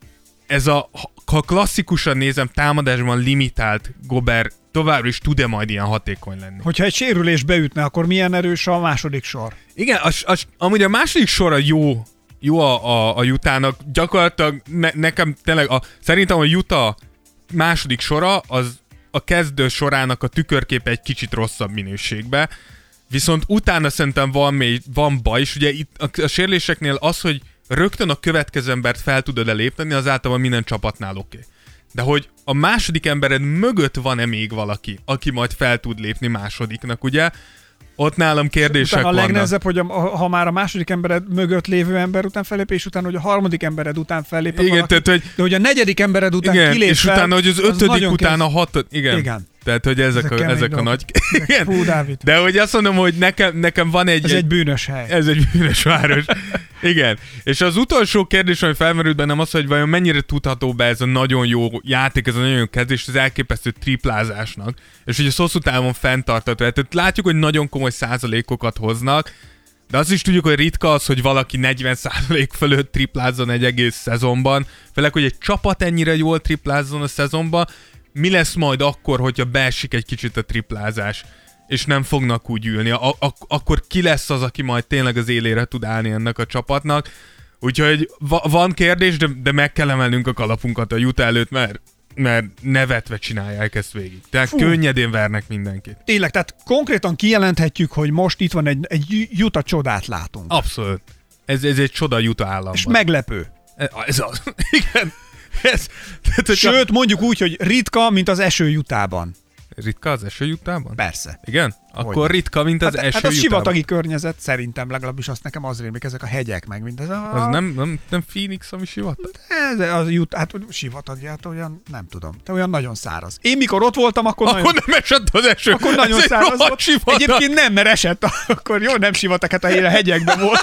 D: ez a, ha klasszikusan nézem, támadásban limitált Gobert továbbra is tud-e majd ilyen hatékony lenni?
C: Hogyha egy sérülés beütne, akkor milyen erős a második sor?
D: Igen, az, az, amúgy a második sor a jó, jó a, a, a Utahnak. Gyakorlatilag ne, nekem tényleg, a, szerintem a Utah második sora az a kezdő sorának a tükörképe egy kicsit rosszabb minőségbe. Viszont utána szerintem van, még, van baj, és ugye itt a, a sérüléseknél az, hogy rögtön a következő embert fel tudod elépteni, az általában minden csapatnál oké. Okay. De hogy a második embered mögött van-e még valaki, aki majd fel tud lépni másodiknak, ugye? Ott nálam kérdések
C: Utána a
D: vannak.
C: legnehezebb, hogy a, ha már a második embered mögött lévő ember után fellép, és utána, hogy a harmadik embered után fellép
D: Igen,
C: valaki,
D: tehát, hogy,
C: de hogy a negyedik embered után
D: igen,
C: kilép
D: és
C: fel,
D: utána, hogy az ötödik
C: nagyon
D: után
C: kezd-
D: a hatod... Igen.
C: Igen.
D: Tehát, hogy ezek,
C: Ezek
D: a,
C: kemény
D: ezek a
C: dolgok.
D: nagy...
C: Ezek-
D: Igen.
C: Fú, Dávid.
D: De hogy azt mondom, hogy nekem, nekem van egy...
C: Ez egy bűnös hely.
D: Ez egy bűnös város. Igen. És az utolsó kérdés, ami felmerült bennem az, hogy vajon mennyire tudható be ez a nagyon jó játék, ez a nagyon jó kezdés, az elképesztő triplázásnak, és hogy a hosszú távon fenntartató. Tehát látjuk, hogy nagyon komoly százalékokat hoznak, de azt is tudjuk, hogy ritka az, hogy valaki negyven százalék fölött triplázzon egy egész szezonban. Főleg, hogy egy csapat ennyire jól triplázzon a szezonban. Mi lesz majd akkor, hogyha beesik egy kicsit a triplázás, és nem fognak úgy ülni? A- ak- akkor ki lesz az, aki majd tényleg az élére tud állni ennek a csapatnak? Úgyhogy va- van kérdés, de, de meg kell emelnünk a kalapunkat a Utah előtt, mert, mert nevetve csinálják ezt végig. Tehát
C: Fú.
D: könnyedén vernek mindenkit.
C: Tényleg, tehát konkrétan kijelenthetjük, hogy most itt van egy, egy Utah csodát látunk.
D: Abszolút. Ez, ez egy csoda Utah államban.
C: És meglepő.
D: Ez az. Igen. Ez, tehát, hogyha...
C: Sőt, mondjuk úgy, hogy ritka, mint az eső Utahban.
D: Ritka az eső Utahban?
C: Persze.
D: Igen? Akkor
C: Hogyne.
D: ritka, mint az
C: Hát,
D: eső
C: hát az
D: Utahban.
C: sivatagi környezet, szerintem legalábbis azt nekem az rémlik, ezek a hegyek meg, mint ez a...
D: Az nem, nem, nem Phoenix, ami sivatag?
C: Ez az Utah, hát sivatagi, hát olyan, nem tudom, de olyan nagyon száraz. Én mikor ott voltam, akkor,
D: Akkor
C: nagyon,
D: nem esett az eső.
C: akkor nagyon
D: Ez egy
C: száraz
D: rohadt
C: volt.
D: sivatag.
C: Egyébként nem, mert esett, akkor jó, nem sivatag, hát a hegyekben volt.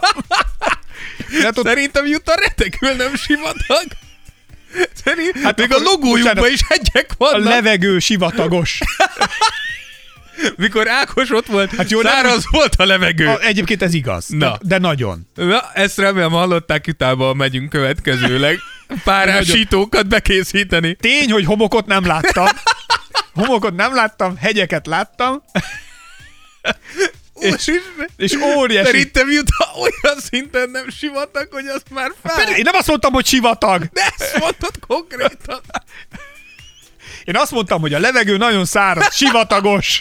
C: Hát ott,
D: Szerintem Utah retekül nem sivatag. Szerint, hát még a
C: akkor
D: logójukban
C: bocsánat,
D: is hegyek
C: a
D: vannak.
C: levegő sivatagos.
D: Mikor Ákos ott volt,
C: Hát jó,
D: száraz
C: nem...
D: volt a levegő.
C: A, egyébként ez igaz,
D: Na.
C: de, de nagyon.
D: Na, ezt remélem hallották, utába megyünk következőleg. Párásítókat bekészíteni.
C: Tény, hogy homokot nem láttam. Homokot nem láttam, hegyeket láttam. és, és óriási.
D: Szerintem jut olyan szinten nem sivatag, hogy azt már fel.
C: Én nem azt mondtam, hogy sivatag.
D: De ezt mondtad konkrétan.
C: Én azt mondtam, hogy a levegő nagyon száraz, sivatagos.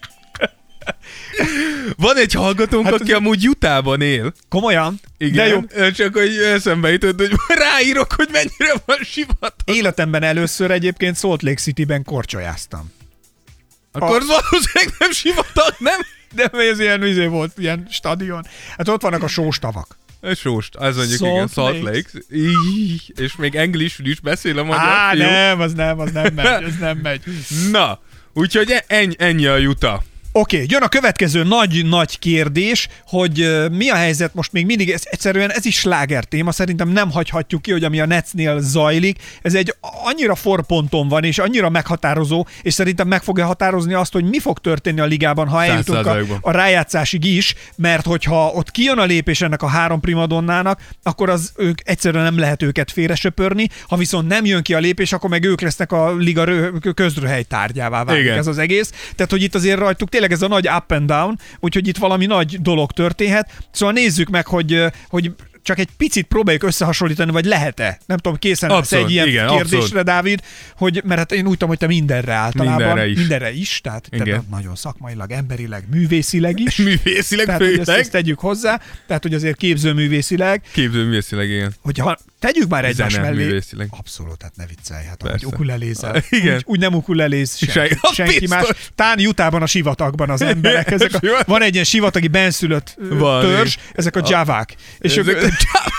D: Van egy hallgatónk, hát aki az... amúgy Utahban él.
C: Komolyan?
D: Igen,
C: de jó.
D: Csak hogy eszembe jutott, hogy ráírok, hogy mennyire van sivatag.
C: Életemben először egyébként Salt Lake City-ben korcsolyáztam.
D: Akkor a... valószínűleg nem sivatag, nem?
C: De ez ilyen izé volt, ilyen stadion. Hát ott vannak a sóstavak.
D: A sóst, az mondjuk
C: Salt
D: igen, Salt
C: Lake.
D: Lake. Így, és még anglisül is beszél a magyar
C: Á,
D: fiú.
C: nem, az nem, az nem megy, az nem megy.
D: Na, úgyhogy ennyi, ennyi a Utah.
C: Oké, okay, jön a következő nagy-nagy kérdés, hogy uh, mi a helyzet most még mindig, ez, egyszerűen ez is sláger téma, szerintem nem hagyhatjuk ki, hogy ami a Netsnél zajlik, ez egy annyira forponton van, és annyira meghatározó, és szerintem meg fogja határozni azt, hogy mi fog történni a ligában, ha eljutunk a, a rájátszásig is, mert hogyha ott kijön a lépés ennek a három primadonnának, akkor az ők egyszerűen nem lehet őket félresöpörni, ha viszont nem jön ki a lépés, akkor meg ők lesznek a liga rö- közröhely tárgyává válik ez az egész. Tehát, hogy itt azért rajtuk tényleg ez a nagy up and down, úgyhogy itt valami nagy dolog történhet. Szóval nézzük meg, hogy, hogy csak egy picit próbáljuk összehasonlítani, vagy lehet-e? Nem tudom, készen lesz egy ilyen igen, kérdésre, abszolút. Dávid, hogy, mert hát én úgy tudom, hogy te mindenre általában. Mindenre is. Mindenre is, tehát te nagyon szakmailag, emberileg, művészileg is.
D: Művészileg
C: tehát,
D: főleg.
C: Ezt, ezt tegyük hozzá, tehát hogy azért képzőművészileg.
D: Képzőművészileg, igen.
C: Hogyha tegyük már egymás
D: Zene,
C: mellé.
D: művészileg.
C: Abszolút, hát ne viccelj, hát ahogy ukulelézel.
D: Igen.
C: Úgy, úgy nem ukuleléz senki,
D: Sen,
C: senki más. Tán Utahban a sivatagban az emberek. Ezek a, van egy ilyen sivatagi benszülött van, törzs, ezek a javák. És
D: ezek
C: ők, a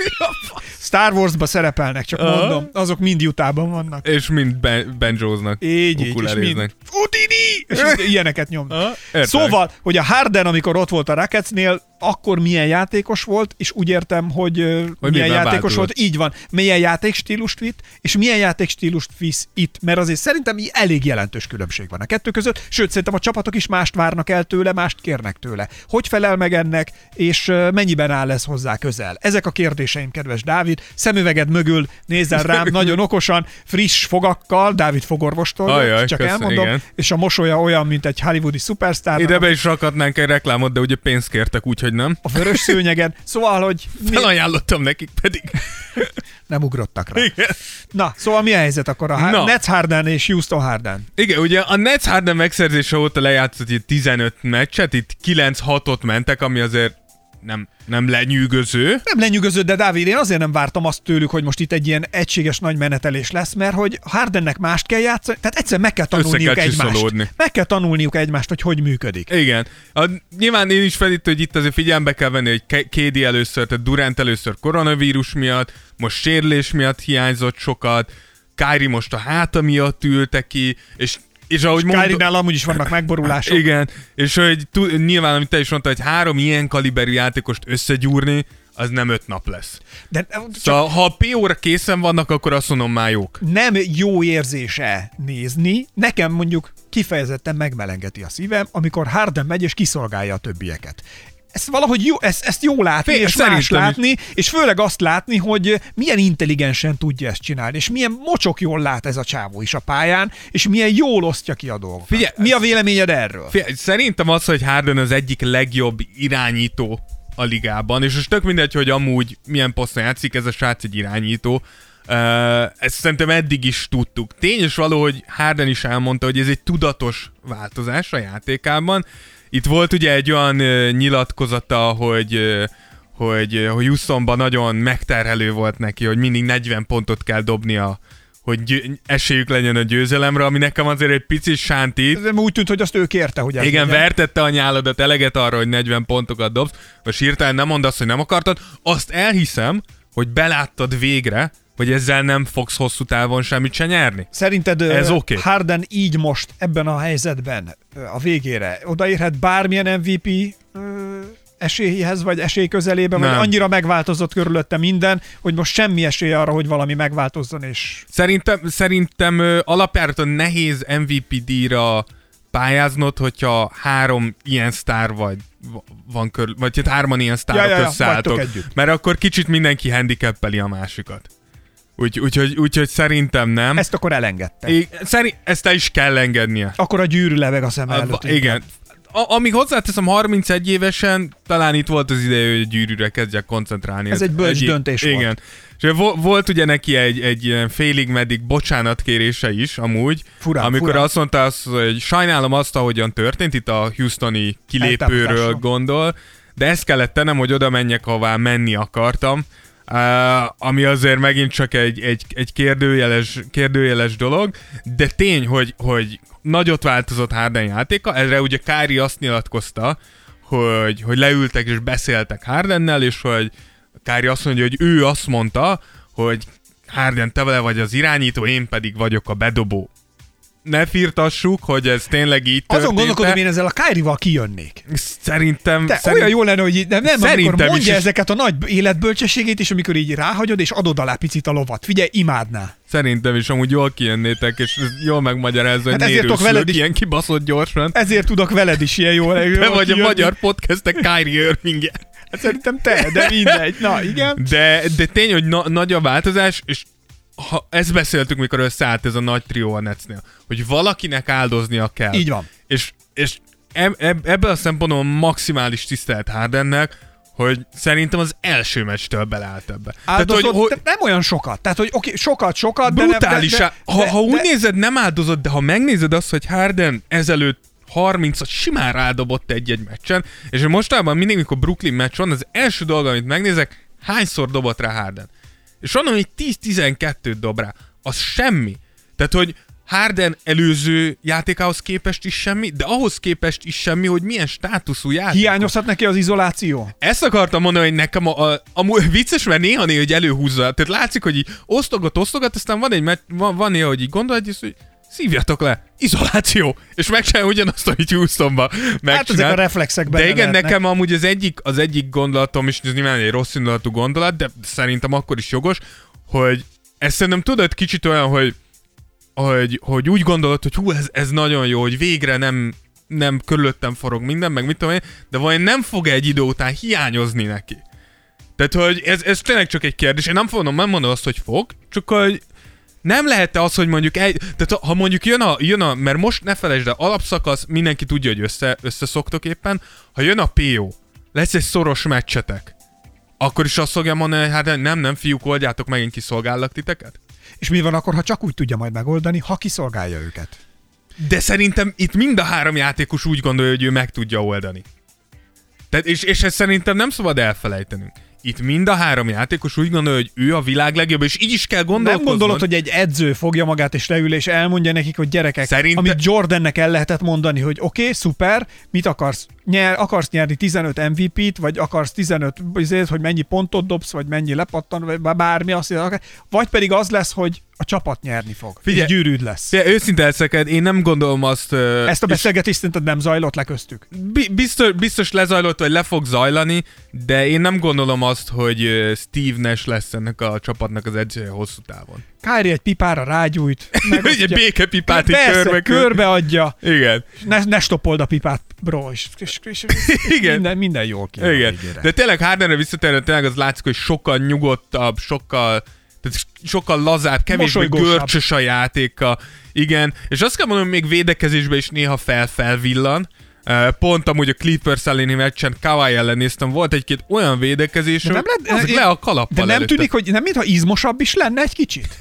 C: Star Warsba szerepelnek, csak uh-huh. mondom. Azok mind Utahban vannak.
D: És mind ben- banjoznak.
C: Így, így, és mind Udini! És ilyeneket nyomnak. Uh-huh. Szóval, hogy a Harden, amikor ott volt a Rocketsnél, akkor milyen játékos volt, és úgy értem, hogy, hogy milyen játékos változott. Volt. Így van. Milyen játékstílust vitt, és milyen játékstílust visz itt. Mert azért szerintem elég jelentős különbség van a kettő között, sőt, szerintem a csapatok is mást várnak el tőle, mást kérnek tőle. Hogy felel meg ennek, és mennyiben áll ez hozzá közel? Ezek a kérdéseim, kedves Dávid. Szemüveged mögül nézzel rám nagyon okosan, friss fogakkal, Dávid fogorvostól,
D: Ajaj,
C: csak
D: köszön,
C: elmondom,
D: igen. És
C: a mosolya olyan, mint egy hollywoodi szupersztár.
D: Ide be is rakadnánk egy reklámot, de ugye pénzt kértek, úgyhogy nem.
C: A vörös szőnyegen. Szóval, hogy... Mi...
D: Felajánlottam nekik pedig.
C: Nem ugrottak rá.
D: Igen.
C: Na, szóval mi a helyzet akkor? A no. Nets Harden és Houston Harden.
D: Igen, ugye a Nets Harden megszerzése óta lejátszott itt tizenöt meccset, itt kilenc hatot mentek, ami azért nem, nem lenyűgöző. Nem
C: lenyűgöző, de Dávid, én azért nem vártam azt tőlük, hogy most itt egy ilyen egységes nagy menetelés lesz, mert hogy Hardennek mást kell játszani, tehát egyszer meg kell tanulniuk kell egymást. Meg kell tanulniuk egymást, hogy hogy működik.
D: Igen. A, nyilván én is felít, hogy itt azért figyelembe kell venni, hogy ká dé először, tehát Durant először koronavírus miatt, most sérülés miatt hiányzott sokat, Kyrie most a háta miatt ülte ki, és És ahogy
C: és Kyrie-nál amúgy is vannak megborulások.
D: Igen, és hogy t- nyilván, amit te is mondtad, hogy három ilyen kaliberű játékost összegyúrni, az nem öt nap lesz. De, csak szóval, ha a pé óra készen vannak, akkor azt mondom, már jók.
C: Nem jó érzése nézni. Nekem mondjuk kifejezetten megmelengeti a szívem, amikor Harden megy és kiszolgálja a többieket. Ezt valahogy jó, ezt, ezt jó látni, Fé, és más látni, is. És főleg azt látni, hogy milyen intelligensen tudja ezt csinálni, és milyen mocsok jól lát ez a csávó is a pályán, és milyen jól osztja ki a dolgokat. Figyelj, mi a véleményed erről?
D: Figyelj, szerintem az, hogy Harden az egyik legjobb irányító a ligában, és most tök mindegy, hogy amúgy milyen poszton játszik, ez a srác egy irányító. Uh, ezt szerintem eddig is tudtuk. Tény és való, hogy Harden is elmondta, hogy ez egy tudatos változás a játékában. Itt volt ugye egy olyan uh, nyilatkozata, hogy, uh, hogy, uh, hogy Houstonban nagyon megterhelő volt neki, hogy mindig negyven pontot kell dobnia, hogy gy- esélyük legyen a győzelemre, ami nekem azért egy picit sántít.
C: Ez úgy tűnt, hogy azt ő kérte, hogy ez
D: igen,
C: legyen.
D: Vertette a nyáladat eleget arra, hogy negyven pontokat dobsz, most hirtelen nem mondasz, hogy nem akartad. Azt elhiszem, hogy beláttad végre, hogy ezzel nem fogsz hosszú távon semmit se nyerni.
C: Szerinted
D: ez okay.
C: Harden így most ebben a helyzetben a végére odaérhet bármilyen em vé pé esélyhez, vagy esély közelében, vagy annyira megváltozott körülötte minden, hogy most semmi esély arra, hogy valami megváltozzon, és...
D: Szerintem, szerintem alapjáraton nehéz em vé pé díjra pályáznod, hogyha három ilyen sztár vagy van körül, vagy hát hárman ilyen sztárok ja, ja, összeálltok, mert akkor kicsit mindenki handicappeli a másikat. Úgyhogy úgy, úgy, úgy, úgy, szerintem nem.
C: Ezt akkor elengedte.
D: É, szerint, ezt el is kell engednie.
C: Akkor a gyűrű leveg a szem előtt.
D: Igen. A, amíg hozzáteszem, harmincegy évesen talán itt volt az ideje, hogy a gyűrűre kezdjek koncentrálni.
C: Ez egy bölcs egy, döntés
D: igen.
C: volt.
D: És volt ugye neki egy, egy ilyen félig-meddig bocsánatkérése is, amúgy,
C: furán,
D: amikor
C: furán.
D: azt mondta, azt, hogy sajnálom azt, ahogyan történt, itt a Houstoni kilépőről gondol, de ezt kellett tennem, hogy oda menjek, ahová menni akartam, uh, ami azért megint csak egy, egy, egy kérdőjeles, kérdőjeles dolog, de tény, hogy, hogy nagyot változott Harden játéka, erre ugye Kyrie azt nyilatkozta, hogy, hogy leültek és beszéltek Hardennel, és hogy Kyrie azt mondja, hogy ő azt mondta, hogy Harden, te vele vagy az irányító, én pedig vagyok a bedobó. Ne firtassuk, hogy ez tényleg így történt.
C: Azon gondolkodom, én ezzel a Kyrie-val kijönnék.
D: Szerintem...
C: Te
D: szerint...
C: olyan jó lenne, hogy nem, nem amikor mondja
D: is
C: ezeket a nagy életbölcsességét, és amikor így ráhagyod, és adod alá picit a lovat. Figyelj, imádná.
D: Szerintem is amúgy jól kijönnétek, és jól megmagyarázza, hogy
C: hát
D: nérőszülök ilyen kibaszott gyorsan.
C: Ezért tudok veled is ilyen jól.
D: Te
C: jól
D: vagy
C: kijönni.
D: a magyar podcastek Kyrie Irving-je.
C: Hát szerintem te, de mindegy. Na, igen.
D: De, de tény, hogy na, nagy a változás, és ha ezt beszéltük, mikor összeállt ez a nagy trió a Netsnél, hogy valakinek áldoznia kell.
C: Így van.
D: És, és eb, eb, ebből a szempontból maximális tisztelet Hardennek, hogy szerintem az első meccstől beleállt ebbe.
C: Áldozott,
D: tehát, hogy, hogy
C: nem olyan sokat. Tehát, hogy oké, sokat, sokat,
D: brutális,
C: de nem... De, de,
D: ha,
C: de,
D: ha úgy
C: de,
D: nézed, nem áldozott, de ha megnézed azt, hogy Harden ezelőtt harmincat simán rádobott egy-egy meccsen, és mostában mindig, mikor Brooklyn meccs van, az első dolog, amit megnézek, hányszor dobott rá Harden. És onnan, hogy tíz-tizenkettőt dob rá, az semmi. Tehát, hogy Harden előző játékához képest is semmi, de ahhoz képest is semmi, hogy milyen státuszú játék.
C: Hiányozhat neki az izoláció?
D: Ezt akartam mondani, hogy nekem a, a, a vicces, mert néha-néha, hogy előhúzza. Tehát látszik, hogy így osztogat, osztogat, aztán van egy meccs, van, van néha, hogy így gondolod, hogy szívjatok le, izoláció, és megcsinálja ugyanazt, amit Houstonban megcsinál. Hát
C: ezek a reflexek benne
D: De igen,
C: lehetnek.
D: nekem amúgy az egyik, az egyik gondolatom, és ez nyilván egy rossz indulatú gondolat, de szerintem akkor is jogos, hogy ezt szerintem tudod kicsit olyan, hogy, hogy, hogy úgy gondolod, hogy hú, ez, ez nagyon jó, hogy végre nem, nem körülöttem forog minden, meg mit tudom én, de vajon nem fog egy idő után hiányozni neki. Tehát, hogy ez, ez tényleg csak egy kérdés. Én nem fogom, nem mondom azt, hogy fog, csak hogy nem lehet-e az, hogy mondjuk egy, tehát ha mondjuk jön a, jön a, mert most ne felejtsd el, alapszakasz, mindenki tudja, hogy össze, összeszoktok éppen, ha jön a pé o, lesz egy szoros meccsetek, akkor is azt fogja mondani, hogy hát nem, nem fiúk, oldjátok meg, én kiszolgállak titeket?
C: És mi van akkor, ha csak úgy tudja majd megoldani, ha kiszolgálja őket?
D: De szerintem itt mind a három játékos úgy gondolja, hogy ő meg tudja oldani. Tehát, és, és ezt szerintem nem szabad elfelejtenünk. Itt mind a három játékos úgy gondolja, hogy ő a világ legjobb, és így is kell gondolkozni.
C: Nem gondolod, hogy egy edző fogja magát és leül, és elmondja nekik, hogy gyerekek, Szerinte... amit Jordannek el lehetett mondani, hogy oké, okay, szuper, mit akarsz? Nyer, akarsz nyerni tizenöt em vé pét, vagy akarsz tizenöt, hogy mennyi pontot dobsz, vagy mennyi lepattan, vagy bármi, azt akar, vagy pedig az lesz, hogy a csapat nyerni fog. Figyelj, és gyűrűd lesz.
D: Figyelj, őszinte elszeked, én nem gondolom azt... Uh,
C: Ezt a beszélgetést szerinted nem zajlott le köztük?
D: Biztos, biztos lezajlott, vagy le fog zajlani, de én nem gondolom azt, hogy Steve Nash lesz ennek a csapatnak az edzője hosszú távon.
C: Kyrie egy pipára rágyújt.
D: Egy békepipát így körbe,
C: körbe adja.
D: Igen.
C: Ne, ne stoppold a pipát, bro. És, és, és,
D: igen.
C: Minden, minden jól kijön.
D: Igen. De tényleg Hardenre visszatérve, tényleg az látszik, hogy sokkal nyugodtabb, sokkal, tehát sokkal lazább, kevésbé görcsös a játéka. Igen. És azt kell mondanom, még védekezésben is néha fel-fel villan. Pont amúgy a Clippers elleni meccsen Kawhi ellen néztem, volt egy-két olyan védekezés, hogy az le a kalappal
C: De nem
D: előtte.
C: tűnik, hogy nem mintha izmosabb is lenne egy kicsit?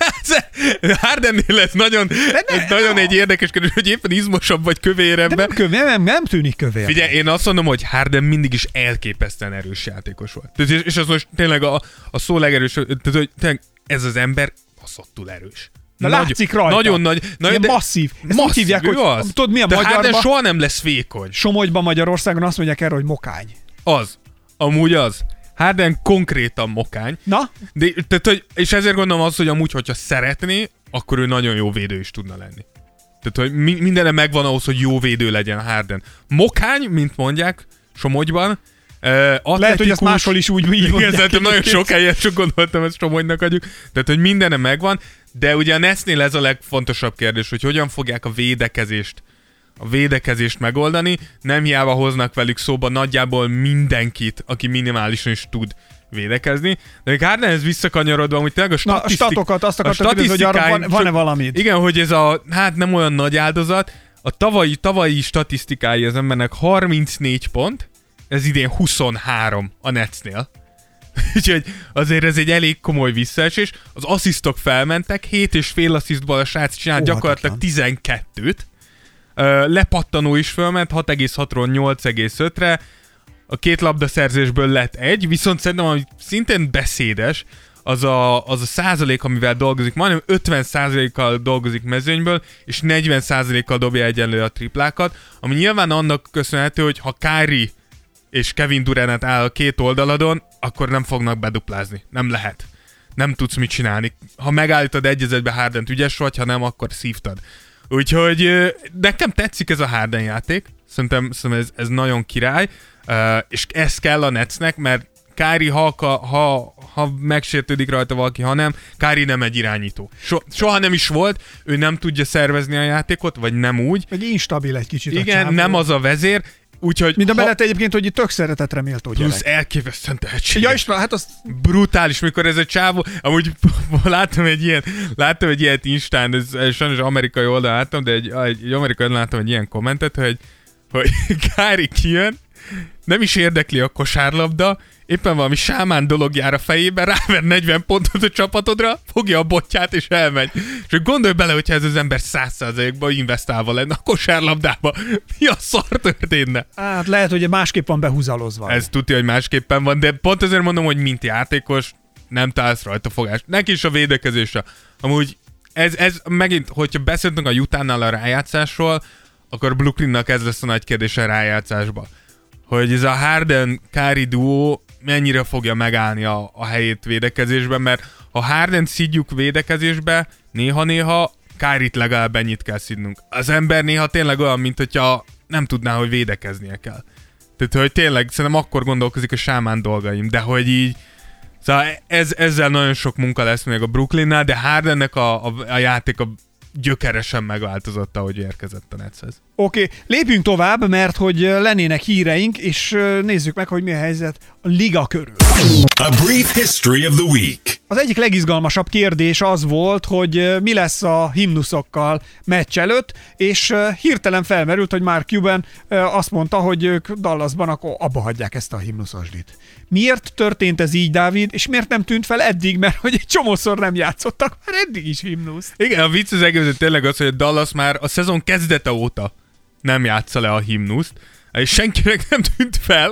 D: Hardennél ez nagyon, ne, ez nagyon egy érdekes kérdés, hogy éppen izmosabb vagy kövérebb.
C: Nem, köv, nem, nem tűnik kövér.
D: Figyelj, én azt mondom, hogy Harden mindig is elképesztően erős játékos volt. És az most tényleg a, a szó legerős, tehát hogy tényleg ez az ember baszottul erős.
C: De nagy, látszik rajta.
D: Nagyon nagy.
C: Nagyon de masszív. Ezt masszív, úgy hívják, hogy
D: az.
C: Tudod, mi a
D: de
C: magyarban?
D: Harden soha nem lesz vékony.
C: Somogyban Magyarországon azt mondják erre, hogy mokány.
D: Az. Amúgy az. Harden konkrétan mokány.
C: Na?
D: De, tehát, hogy, és ezért gondolom azt, hogy amúgy, hogyha szeretné, akkor ő nagyon jó védő is tudna lenni. Tehát, hogy mi, mindenre megvan ahhoz, hogy jó védő legyen Harden. Mokány, mint mondják, Somogyban. Uh, atletikus,
C: lehet, hogy azt máshol is úgy mondják.
D: Igen, nagyon sok helyet csak gondoltam, ezt Somogynak adjuk. Tehát, hogy mindenre megvan, de ugye a Netsnél ez a legfontosabb kérdés, hogy hogyan fogják a védekezést a védekezést megoldani, nem hiába hoznak velük szóba nagyjából mindenkit, aki minimálisan is tud védekezni. De még Hardenhez visszakanyarodva, hogy tényleg a statisztik...
C: Na, a statokat, azt akartam kérdezni, hogy arra van, van-e valamit?
D: Igen, hogy ez a, hát nem olyan nagy áldozat, a tavalyi, tavalyi statisztikái az embernek harmincnégy pont, ez idén huszonhárom a Netsnél. Úgyhogy azért ez egy elég komoly visszaesés. Az asszisztok felmentek, hét és fél asszisztból a srác csinált gyakorlatilag tizenkettőt. Lepattanó is felment, hat egész hatról nyolc egész ötre. A két labdaszerzésből lett egy, viszont szerintem, ami szintén beszédes, az a, az a százalék, amivel dolgozik, majdnem ötven százalékkal dolgozik mezőnyből, és negyven százalékkal dobja egyenlő a triplákat, ami nyilván annak köszönhető, hogy ha Kyrie és Kevin Durant áll a két oldaladon, akkor nem fognak beduplázni. Nem lehet. Nem tudsz mit csinálni. Ha megállítod egyezetbe Hardent, ügyes vagy, ha nem, akkor szívtad. Úgyhogy nekem tetszik ez a Harden játék. Szerintem, szerintem ez, ez nagyon király, és ez kell a Netsnek, mert Kyrie, ha, ha, ha megsértődik rajta valaki, ha nem, Kyrie nem egy irányító. So, soha nem is volt, ő nem tudja szervezni a játékot, vagy nem úgy.
C: Meg instabil egy kicsit.
D: Igen, nem az a vezér, úgyhogy...
C: Mind a mellett egyébként, hogy tök szeretetre méltó gyerek.
D: Plusz elképesztően tehetséges.
C: Ja, Isten, hát az...
D: Brutális, mikor ez a csávó... Amúgy láttam egy ilyen, láttam egy ilyet Instán, ez, ez sajnos amerikai oldalon láttam, de egy, egy, egy amerikai oldalon láttam egy ilyen kommentet, hogy, hogy Kyrie kijön, nem is érdekli a kosárlabda, éppen valami sámán dolog jár a fejében, ráver negyven pontot a csapatodra, fogja a botját és elmegy. És gondolj bele, hogyha ez az ember száz százalékban investálva lenne a kosárlabdába. Mi a szar történne?
C: Hát lehet, hogy másképp van behúzalozva.
D: Ez tudja, hogy másképpen van, de pont azért mondom, hogy mint játékos nem találsz rajta fogást. Neki is a védekezésre. Amúgy ez, ez megint, hogyha beszéltünk a Utah-nál a rájátszásról, akkor Brooklynnak ez lesz a nagy kérdés a rájátszásba. Hogy ez a Harden-Kyrie duó mennyire fogja megállni a, a helyét védekezésben, mert ha Harden szidjuk védekezésbe, néha-néha Kyrie-t legalább ennyit kell szidnunk. Az ember néha tényleg olyan, mint hogyha nem tudná, hogy védekeznie kell. Tehát, hogy tényleg szerintem akkor gondolkozik a sámán dolgaim, de hogy így szóval ez, ezzel nagyon sok munka lesz még a Brooklynnál, de Hardennek a, a, a játék a gyökeresen megváltozott, ahogy érkezett a Netshez.
C: Oké, okay, lépjünk tovább, mert hogy lennének híreink, és nézzük meg, hogy mi a helyzet a liga körül.
B: A brief history of the week.
C: Az egyik legizgalmasabb kérdés az volt, hogy mi lesz a himnuszokkal meccs előtt, és hirtelen felmerült, hogy Mark Cuban azt mondta, hogy ők Dallasban akkor abba hagyják ezt a himnuszosdit. Miért történt ez így, Dávid, és miért nem tűnt fel eddig, mert hogy egy csomószor nem játszottak, már eddig is himnusz.
D: Igen, a vicc az egész tényleg az, hogy a Dallas már a szezon kezdete óta nem játsza le a himnuszt, és senkinek nem tűnt fel.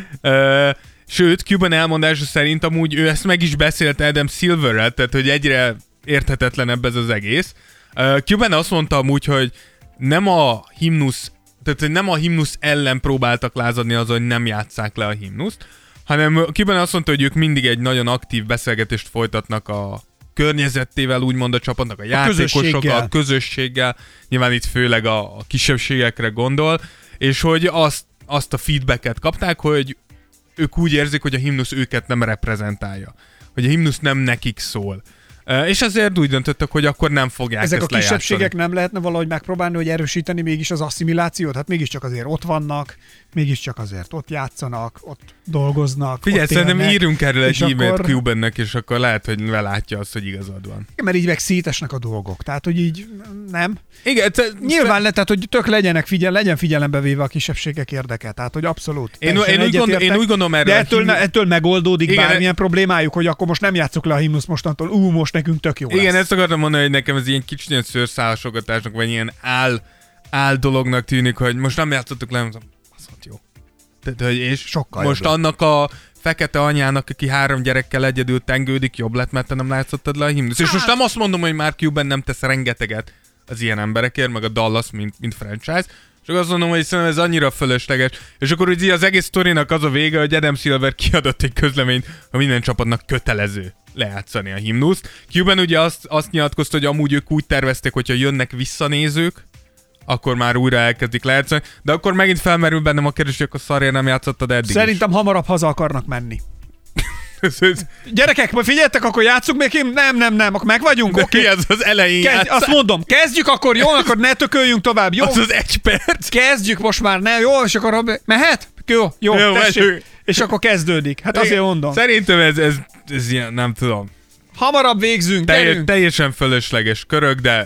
D: Uh, sőt, Cuban elmondása szerint amúgy ő ezt meg is beszélte Adam Silverrel, tehát hogy egyre érthetetlenebb ez az egész. Uh, Cuban azt mondta amúgy, hogy nem a himnusz, tehát hogy nem a himnusz ellen próbáltak lázadni az, hogy nem játsszák le a himnuszt, hanem Cuban azt mondta, hogy ők mindig egy nagyon aktív beszélgetést folytatnak a környezettével, úgymond a csapatnak, a, a játékosokkal, a közösséggel, nyilván itt főleg a, a kisebbségekre gondol, és hogy azt, azt a feedbacket kapták, hogy ők úgy érzik, hogy a himnusz őket nem reprezentálja, hogy a himnusz nem nekik szól. És ezért úgy döntöttek, hogy akkor nem fogják
C: Ezek
D: ezt
C: a kisebbségek
D: lejátszani.
C: Nem lehetne valahogy megpróbálni, hogy erősíteni mégis az asszimilációt? Hát mégiscsak azért ott vannak, mégiscsak azért ott játszanak, ott dolgoznak.
D: Figyelj,
C: ott
D: szerintem
C: élnek,
D: írunk erről egy e-mailt
C: akkor...
D: Cubannek, és akkor lehet, hogy belátja azt, hogy igazad van.
C: Mert így meg szétesnek a dolgok. Tehát, hogy így nem.
D: Igen, te,
C: Nyilván le, tehát, hogy tök legyenek figyel, legyen figyelembe véve a kisebbségek érdeke. Tehát, hogy abszolút.
D: Én, én, úgy, gondol, én úgy gondolom erről.
C: De ettől, himnu... ettől megoldódik igen, bármilyen problémájuk, hogy akkor most nem játszuk le a himnusz mostantól, ú, most nekünk tök jó
D: igen,
C: lesz.
D: ezt akartam mondani, hogy nekem ez ilyen kicsit ilyen szőrszálasogatásnak, vagy ilyen áll, áll dolognak tűnik, hogy most nem játszottuk le, az volt jó. Tehát, hogy és
C: sokkal
D: most
C: jobb.
D: Annak a fekete anyának, aki három gyerekkel egyedül tengődik, jobb lett, mert te nem látszottad le a himnusz. Hát. És most nem azt mondom, hogy Mark Cuban nem tesz rengeteget az ilyen emberekért, meg a Dallas, mint, mint franchise, csak azt mondom, hogy szerintem ez annyira fölösleges. És akkor ugye az egész sztorinak az a vége, hogy Adam Silver kiadott egy közleményt, hogy minden csapatnak kötelező lejátszani a himnuszt. Cuban ugye azt, azt nyilatkozta, hogy amúgy ők úgy tervezték, hogyha jönnek visszanézők, akkor már újra elkezdik lejátszani, de akkor megint felmerül bennem a kérdés, hogy akkor szarért nem játszottad eddig
C: Szerintem
D: is.
C: hamarabb haza akarnak menni. Gyerekek, majd figyeljetek, akkor játsszuk még én? Nem, nem, nem, akkor meg vagyunk,
D: De
C: oké?
D: ki az az elején
C: Kezd,
D: játszál?
C: azt mondom, kezdjük akkor, jó? Akkor ne tököljünk tovább, jó?
D: Az az egy perc.
C: Kezdjük most már, ne, jó? És akkor mehet? Jó, jó,
D: Jó,
C: tessék.
D: megyünk.
C: És akkor kezdődik. Hát azért mondom.
D: Szerintem ez, ez, ez ilyen, nem tudom.
C: Hamarabb végzünk,
D: Teljes,
C: gyerünk.
D: teljesen fölösleges körök, de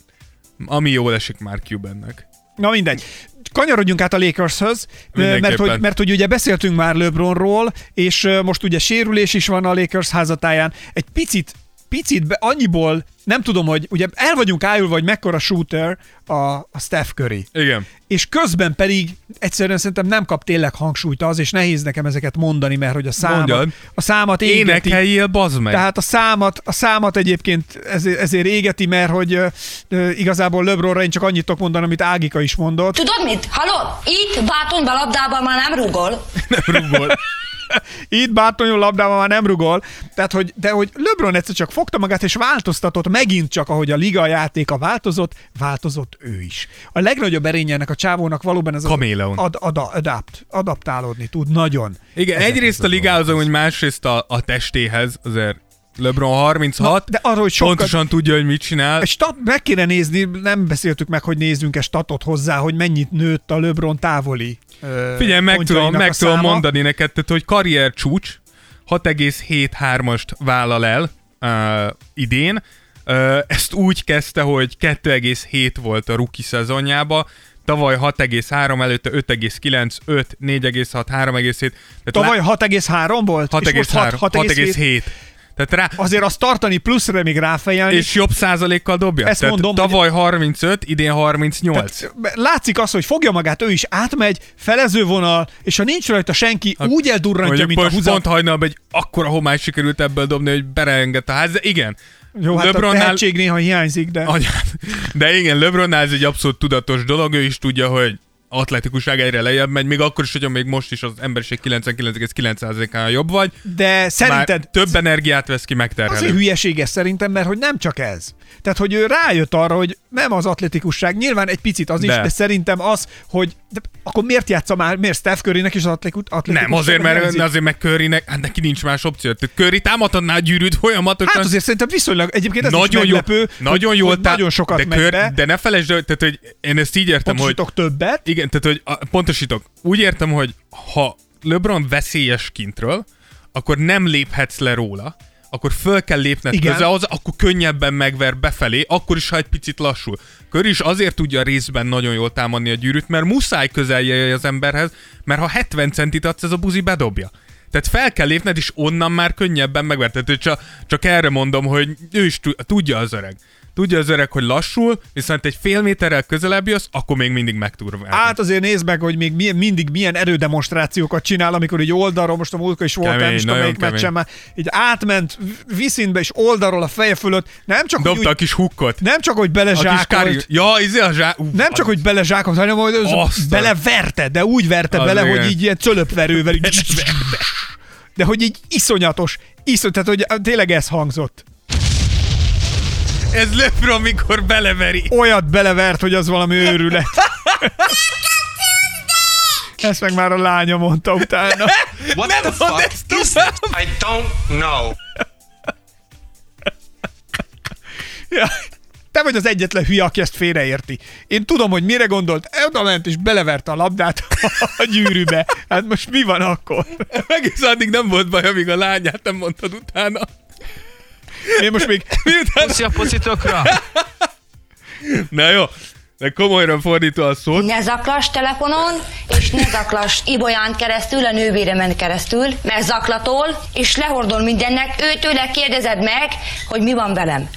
D: ami jól esik már Cubannek.
C: Na mindegy. Kanyarodjunk át a Lakershöz, mert
D: Mindenképpen.
C: hogy, mert hogy ugye beszéltünk már LeBronról, és ö, most ugye sérülés is van a Lakers házatáján. Egy picit, picit be, annyiból nem tudom, hogy ugye el vagyunk ájulva, hogy mekkora shooter a, a Steph Curry.
D: Igen.
C: És közben pedig egyszerűen szerintem nem kap tényleg hangsúlyt az, és nehéz nekem ezeket mondani, mert hogy a számat,
D: Mondjad.
C: a számat égeti.
D: Énekeljél, bazd meg.
C: Tehát a számat, a számat egyébként ezért, ezért égeti, mert hogy ö, ö, igazából LeBronra én csak annyit tudok mondani, amit Ágika is mondott.
F: Tudod mit? Hallod? Itt Bátonyba labdában már nem rugol.
D: Nem rugol.
C: Itt Bártonyon labdában már nem rugol, tehát hogy, de hogy LeBron egyszer csak fogta magát és változtatott megint csak, ahogy a liga játéka változott, változott ő is. A legnagyobb erénye ennek a csávónak valóban ez az
D: Kaméleon.
C: ad, ad, adapt, adaptálódni tud, nagyon.
D: Igen,
C: Ezekhez
D: egyrészt a ligához, hogy másrészt a, a testéhez, azért LeBron harminchat,
C: Na, de arról, hogy sokkal-
D: pontosan tudja, hogy mit csinál.
C: Egy stat, meg kéne nézni, nem beszéltük meg, hogy nézzünk egy statot hozzá, hogy mennyit nőtt a LeBron távoli ö,
D: Figyelj, meg tudom,
C: pontjainak
D: meg
C: a
D: tudom
C: száma.
D: mondani neked, tehát, hogy karrier csúcs, hat egész hetvenhármast vállal el uh, idén. Uh, ezt úgy kezdte, hogy kettő egész hét volt a rookie szezonjába, tavaly hat egész három, előtte öt egész kilenc, öt, négy egész hat, három egész hét.
C: Tavaly hat egész három volt?
D: hat
C: és
D: egész
C: most
D: három,
C: hat
D: hat
C: egész
D: egész
C: hét.
D: hét. Tehát rá,
C: Azért azt tartani pluszra még ráfejelni.
D: és jobb százalékkal dobja.
C: Ezt
D: Tehát
C: mondom,
D: tavaly harmincöt, idén harmincnyolc.
C: Tehát látszik az, hogy fogja magát, ő is átmegy, felezővonal, és ha nincs rajta senki,
D: Hát,
C: úgy eldurrantja,
D: Mondjuk
C: mint a
D: most
C: húzat.
D: pont hajnalban egy akkora homály sikerült ebből dobni, hogy bereengett a ház. De igen.
C: Jó, hát
D: LeBronnál-
C: a tehetség néha hiányzik, de...
D: Anyád. De igen, LeBronnál ez egy abszolút tudatos dolog, ő is tudja, hogy atletikusság egyre lejjebb megy, még akkor is, hogyha még most is az emberiség kilencvenkilenc egész kilenc százalékán jobb vagy.
C: De szerinted...
D: Már több energiát vesz ki,
C: Azért
D: megterhelő.
C: hülyeséges szerintem, mert hogy nem csak ez. Tehát, hogy ő rájött arra, hogy nem az atletikusság, nyilván egy picit az is,
D: De.
C: de szerintem az, hogy de akkor miért játsza már, miért Steph Currynek is az atletikus, atletikus
D: Nem, azért, mert
C: hiányzik?
D: azért meg Currynek, hát neki nincs más opció. Tehát Curry támadhatná a gyűrűt folyamatosan.
C: Hát azért szerintem viszonylag, egyébként ez
D: nagyon
C: is
D: jó,
C: meglepő,
D: nagyon
C: hogy,
D: jól
C: hogy
D: tá-
C: nagyon sokat
D: de,
C: megy
D: Curry-
C: be,
D: de ne felejtsd el, tehát, hogy én ezt így értem, hogy
C: pontosítok többet,
D: igen, tehát, hogy a, pontosítok. Úgy értem, hogy ha LeBron veszélyes kintről, akkor nem léphetsz le róla, akkor föl kell lépned
C: Igen.
D: közel az, akkor könnyebben megver befelé, akkor is, ha egy picit lassul. Curry is azért tudja részben nagyon jól támadni a gyűrűt, mert muszáj közel jöjjön az emberhez, mert ha hetven centit adsz, ez a buzi bedobja. Tehát fel kell lépned, és onnan már könnyebben megver. Tehát csak, csak erre mondom, hogy ő is tudja az öreg. Tudja az öreg, hogy lassul, viszont egy fél méterrel közelebb jössz, akkor még mindig megtúr.
C: hát azért nézd meg, hogy még milyen, mindig milyen erődemonstrációkat csinál, amikor így oldalról, most a múltkor is volt,
D: Kemény,
C: nem is tudom,
D: nagyon
C: melyik
D: kemény.
C: meccsen már, így átment viszintbe és oldalról a feje fölött, nem csak, hogy,
D: Dobta a
C: úgy,
D: kis hukkot.
C: nem csak, hogy
D: A kis kári...
C: belezsákolt,
D: Ja, izé a zsá... Uf,
C: nem csak, hogy belezsákolt, hanem hogy az
D: Azt
C: beleverte, de úgy verte
D: Az
C: bele,
D: igen.
C: hogy így ilyen cölöpverővel, így, de hogy így iszonyatos, iszony, tehát hogy tényleg ez hangzott.
D: Ez LeBron, mikor beleveri.
C: Olyat belevert, hogy az valami őrület. Ezt meg már a lánya mondta utána.
A: What
D: Nem
A: the
D: mondd
A: fuck
D: ezt
A: is
D: tovább.
A: this? I don't know.
C: Ja. Te vagy az egyetlen hülye, aki ezt félreérti. Én tudom, hogy mire gondolt, oda ment és beleverte a labdát a gyűrűbe. Hát most mi van akkor?
D: Egész addig nem volt baj, amíg a lányát nem mondtad utána.
C: Én most még...
D: Miután...
A: Puszi a pocitokra.
D: Na jó, de komolyra fordítva a szót.
F: Ne zaklass telefonon, és ne zaklass Ibolyán keresztül, a nővéremen keresztül, mert zaklatol, és lehordol mindennek, őtőle kérdezed meg, hogy mi van velem.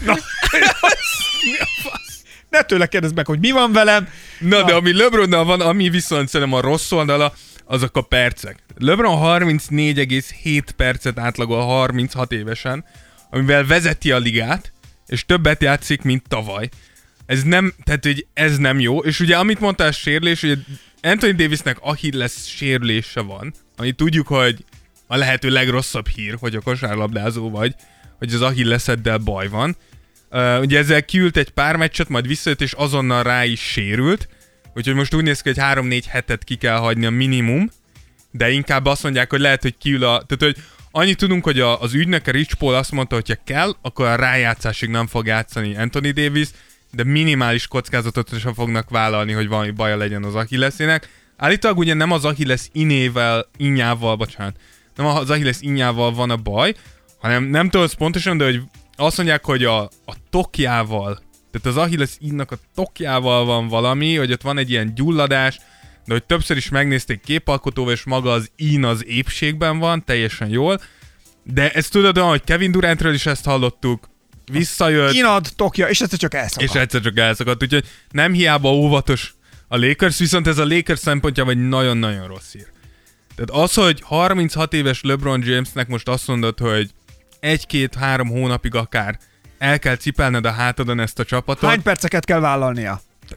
C: Ne tőle kérdezd meg, hogy mi van velem.
D: Na, Na. de ami LeBronnal van, ami viszont szerintem a rossz oldala, azok a percek. LeBron harmincnégy egész hét percet átlagol harminchat évesen, amivel vezeti a ligát, és többet játszik, mint tavaly. Ez nem, tehát hogy ez nem jó, és ugye amit mondtál, a sérülés, ugye Anthony Davisnek Achilles sérülése van, ami tudjuk, hogy a lehető legrosszabb hír, hogy a kosárlabdázó vagy, hogy az Achilleseddel baj van. Uh, ugye ezzel kiült egy pár meccset, majd visszajött, és azonnal rá is sérült, úgyhogy most úgy néz ki, hogy három-négy hetet ki kell hagyni a minimum, de inkább azt mondják, hogy lehet, hogy kiül a... Tehát, hogy Annyit tudunk, hogy a, az ügynöke Rich Paul azt mondta, hogy ha kell, akkor a rájátszásig nem fog játszani Anthony Davis, de minimális kockázatot sem fognak vállalni, hogy valami baja legyen az Achillesének. Állítólag ugye nem az Achilles inével, innyával, bocsánat, nem az Achilles innyával van a baj, hanem nem tudom pontosan, de hogy azt mondják, hogy a, a tokjával, tehát az Achilles innak a tokjával van valami, hogy ott van egy ilyen gyulladás, de hogy többször is megnézték képalkotóval, és maga az ín az épségben van, teljesen jól. De ezt tudod olyan, hogy Kevin Durantről is ezt hallottuk, visszajött.
C: Inad, tokja, és egyszer csak elszakadt.
D: És egyszer csak elszakadt, úgyhogy nem hiába óvatos a Lakers, viszont ez a Lakers szempontjában egy nagyon-nagyon rossz hír. Tehát az, hogy harminchat éves LeBron Jamesnek most azt mondod, hogy egy-két-három hónapig akár el kell cipelned a hátadon ezt a csapatot.
C: Hány perceket kell vállalnia?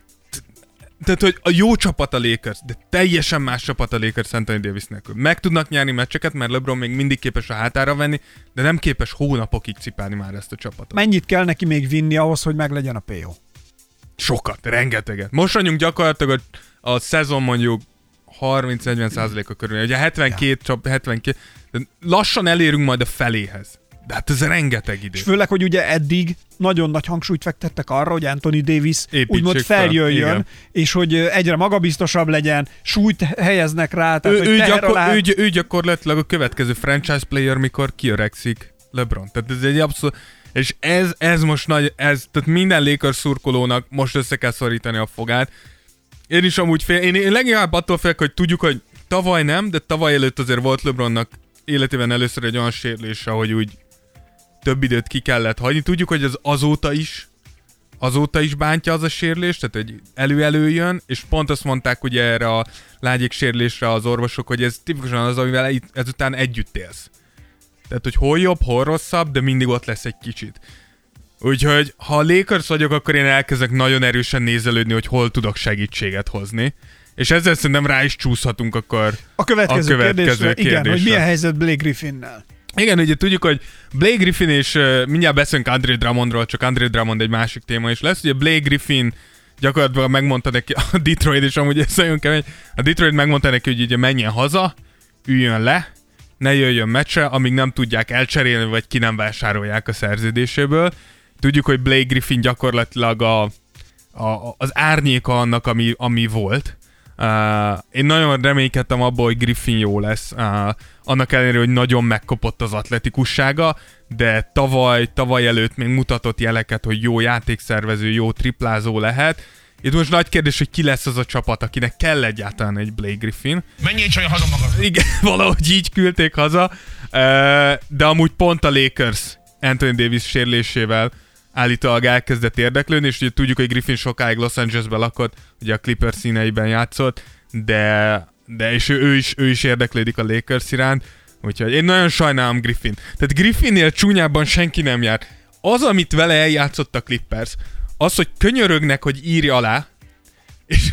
D: Tehát, hogy a jó csapat a Lakers, de teljesen más csapat a Lakers Anthony Davis nélkül. Meg tudnak nyerni meccseket, mert LeBron még mindig képes a hátára venni, de nem képes hónapokig cipelni már ezt a csapatot.
C: Mennyit kell neki még vinni ahhoz, hogy meglegyen a pé o?
D: Sokat, rengeteget. Most vagyunk gyakorlatilag a, a szezon mondjuk harminc-negyven százaléka körül. Ugye hetvenkét, ja. csap, hetvenkét, lassan elérünk majd a feléhez. De hát ez rengeteg idő.
C: És főleg, hogy ugye eddig nagyon nagy hangsúlyt fektettek arra, hogy Anthony Davis
D: építsék
C: úgymond feljöjjön,
D: fel,
C: és hogy egyre magabiztosabb legyen, súlyt helyeznek rá, tehát
D: ő,
C: hogy
D: ő,
C: teher
D: gyakor,
C: alá...
D: ő, ő gyakorlatilag a következő franchise player, mikor kiöregszik LeBron. Tehát ez egy abszolút... És ez, ez most nagy... Ez, tehát minden Lakers szurkolónak most össze kell szorítani a fogát. Én is amúgy fél... Én, én leginkább attól félek, hogy tudjuk, hogy tavaly nem, de tavaly előtt azért volt LeBronnak életében először egy olyan sérülése, hogy úgy több időt ki kellett hagyni. Tudjuk, hogy az azóta is azóta is bántja az a sérülés, tehát hogy elő-elő jön, és pont azt mondták ugye erre a lágyék sérülésre az orvosok, hogy ez tipikusan az, amivel ezután együtt élsz. Tehát, hogy hol jobb, hol rosszabb, de mindig ott lesz egy kicsit. Úgyhogy, ha a Lakers vagyok, akkor én elkezdek nagyon erősen nézelődni, hogy hol tudok segítséget hozni. És ezzel szerintem rá is csúszhatunk akkor
C: a következő,
D: a következő
C: kérdésre,
D: kérdésre.
C: Igen, hogy milyen helyzet Blake Griffin-nel.
D: Igen, ugye tudjuk, hogy Blake Griffin és uh, mindjárt beszélünk Andre Drummondról, csak Andre Drummond egy másik téma is lesz. Ugye Blake Griffin gyakorlatilag megmondta neki, a Detroit is amúgy ez nagyon kemény, a Detroit megmondta neki, hogy ugye menjen haza, üljön le, ne jöjjön meccsre, amíg nem tudják elcserélni, vagy ki nem vásárolják a szerződéséből. Tudjuk, hogy Blake Griffin gyakorlatilag a, a, az árnyéka annak, ami, ami volt. Uh, én nagyon reménykedtem abban, hogy Griffin jó lesz, uh, annak ellenére, hogy nagyon megkopott az atletikussága, de tavaly, tavaly előtt még mutatott jeleket, hogy jó játékszervező, jó triplázó lehet. Itt most nagy kérdés, hogy ki lesz az a csapat, akinek kell egyáltalán egy Blake Griffin.
G: Menjél csak haza magad!
D: Igen, valahogy így küldték haza, uh, de amúgy pont a Lakers Anthony Davis sérülésével állítólag elkezdett érdeklődni, és ugye tudjuk, hogy Griffin sokáig Los Angelesben lakott, ugye a Clippers színeiben játszott, de, de és ő, ő, is, ő is érdeklődik a Lakers iránt, úgyhogy én nagyon sajnálom Griffin. Tehát Griffinnél csúnyában senki nem jár. Az, amit vele eljátszott a Clippers, az, hogy könyörögnek, hogy írja alá, és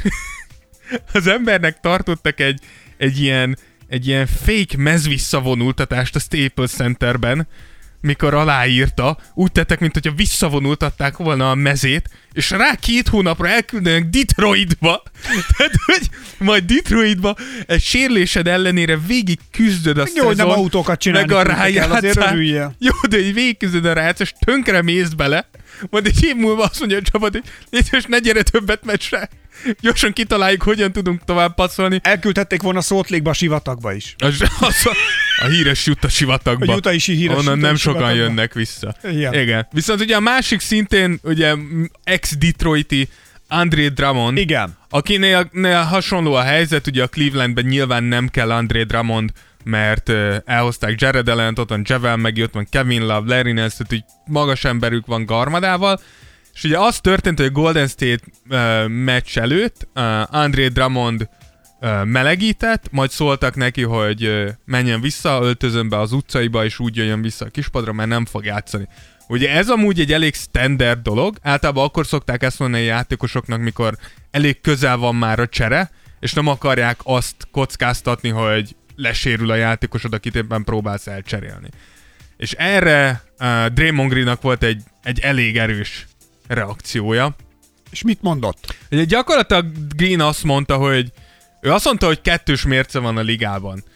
D: az embernek tartottak egy, egy, ilyen, egy ilyen fake mezvisszavonultatást a Staples Centerben, mikor aláírta, úgy tettek, mint hogyha visszavonultatták volna a mezét, és rá két hónapra elküldenek Detroitba. Tehát, hogy majd Detroitba egy sérülésed ellenére végig küzdöd a
C: jó,
D: szezon,
C: nem autókat csinálni,
D: meg a rájátszás. Jó, de hogy végig küzdöd a rájátszás, tönkre mész bele, majd egy év múlva azt mondja a csapat, hogy légy, ne gyere többet meccsre. Gyorsan kitaláljuk, hogyan tudunk tovább passzolni.
C: Elküldhették volna Salt Lake-ba a sivatagba is.
D: Az, az a, a híres Utah sivatagba.
C: A Utah is híres.
D: Onnan nem sokan
C: sivatagba.
D: jönnek vissza.
C: Igen.
D: Igen. Viszont ugye a másik szintén, ugye ex-Detroiti Andre Drummond.
C: Igen.
D: Akinél hasonló a helyzet, ugye a Clevelandben nyilván nem kell Andre Drummond, mert uh, elhozták Jared Allen-t, ott van Javel, meg ott van Kevin Love, Larry Nance, tehát úgy magas emberük van garmadával. És ugye az történt, hogy a Golden State uh, meccs előtt uh, Andre Drummond uh, melegített, majd szóltak neki, hogy uh, menjen vissza öltözönbe az utcaiba, és úgy jöjjön vissza a kispadra, mert nem fog játszani. Ugye ez amúgy egy elég standard dolog, általában akkor szokták ezt mondani a játékosoknak, mikor elég közel van már a csere, és nem akarják azt kockáztatni, hogy lesérül a játékosod, akit éppen próbálsz elcserélni. És erre uh, Draymond Greennak volt egy, egy elég erős reakciója.
C: És mit mondott?
D: Ugye gyakorlatilag Green azt mondta, hogy ő azt mondta, hogy kettős mérce van a ligában.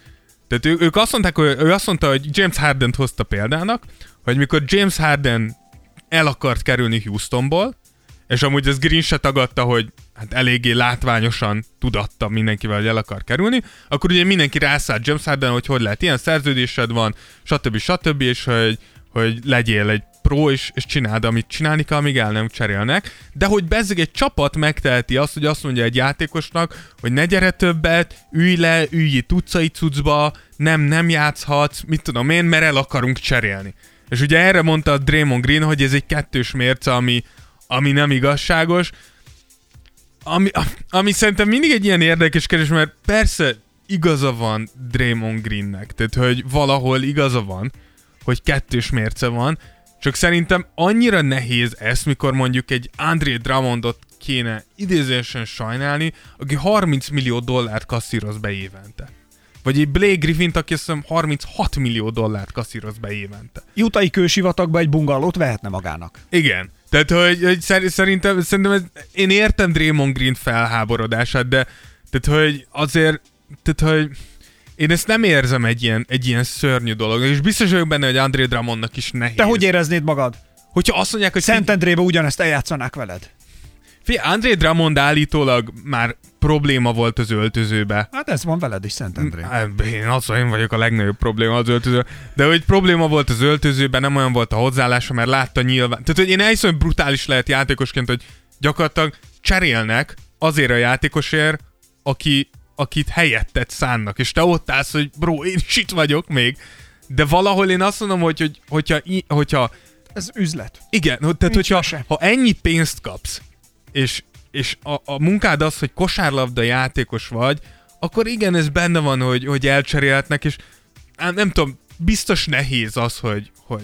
D: Tehát ő, ők azt mondták, hogy ő azt mondta, hogy James Hardent hozta példának, hogy mikor James Harden el akart kerülni Houstonból, és amúgy ez Green se tagadta, hogy hát eléggé látványosan tudatta mindenkivel, hogy el akar kerülni, akkor ugye mindenki rászállt James Harden, hogy hogy lehet ilyen szerződésed van, stb. stb. És hogy, hogy legyél egy pro, és, és csináld, amit csinálni kell, amíg el nem cserélnek. De hogy bezzeg egy csapat megteheti azt, hogy azt mondja egy játékosnak, hogy ne gyere többet, ülj le, ülj itt utcai cuccba, nem, nem játszhatsz, mit tudom én, mert el akarunk cserélni. És ugye erre mondta a Draymond Green, hogy ez egy kettős mérce, ami, ami nem igazságos. Ami, ami szerintem mindig egy ilyen érdekes kérdés, mert persze igaza van Draymond Greennek, tehát hogy valahol igaza van, hogy kettős mérce van, csak szerintem annyira nehéz ezt, mikor mondjuk egy Andre Drummondot kéne idézősen sajnálni, aki harminc millió dollárt kasszíroz be évente. Vagy egy Blake Griffint, aki azt hiszem harminchat millió dollárt kasszíroz be évente.
C: Jutai kősivatagba egy bungalót vehetne magának.
D: Igen. Tehát, hogy, hogy szerintem, szerintem ez, én értem Draymond Green felháborodását, de tehát, hogy azért, tehát, hogy én ezt nem érzem egy ilyen, egy ilyen szörnyű dolog, és biztos vagyok benne, hogy Andre Drummondnak is nehéz.
C: Te hogy éreznéd magad?
D: Hogyha azt mondják, hogy...
C: Szentendrébe ugyanezt eljátszanák veled.
D: Figyelj, Andre Drummond állítólag már probléma volt az öltözőbe.
C: Hát ez van veled is Szentendrében.
D: Én azt mondom, én vagyok a legnagyobb probléma az öltözőben. De hogy probléma volt az öltözőben, nem olyan volt a hozzáállása, mert látta nyilván. Tehát, hogy én elhiszem, hogy brutális lehet játékosként, hogy gyakorlatilag cserélnek azért a játékosért, aki, akit helyettet szánnak. És te ott állsz, hogy bro, én is itt vagyok még. De valahol én azt mondom, hogy, hogy hogyha, hogyha...
C: Ez üzlet.
D: Igen, tehát hogyha ha ennyi pénzt kapsz, és, és a, a munkád az, hogy kosárlabda játékos vagy, akkor igen, ez benne van, hogy, hogy elcserélhetnek, és nem, nem tudom, biztos nehéz az, hogy, hogy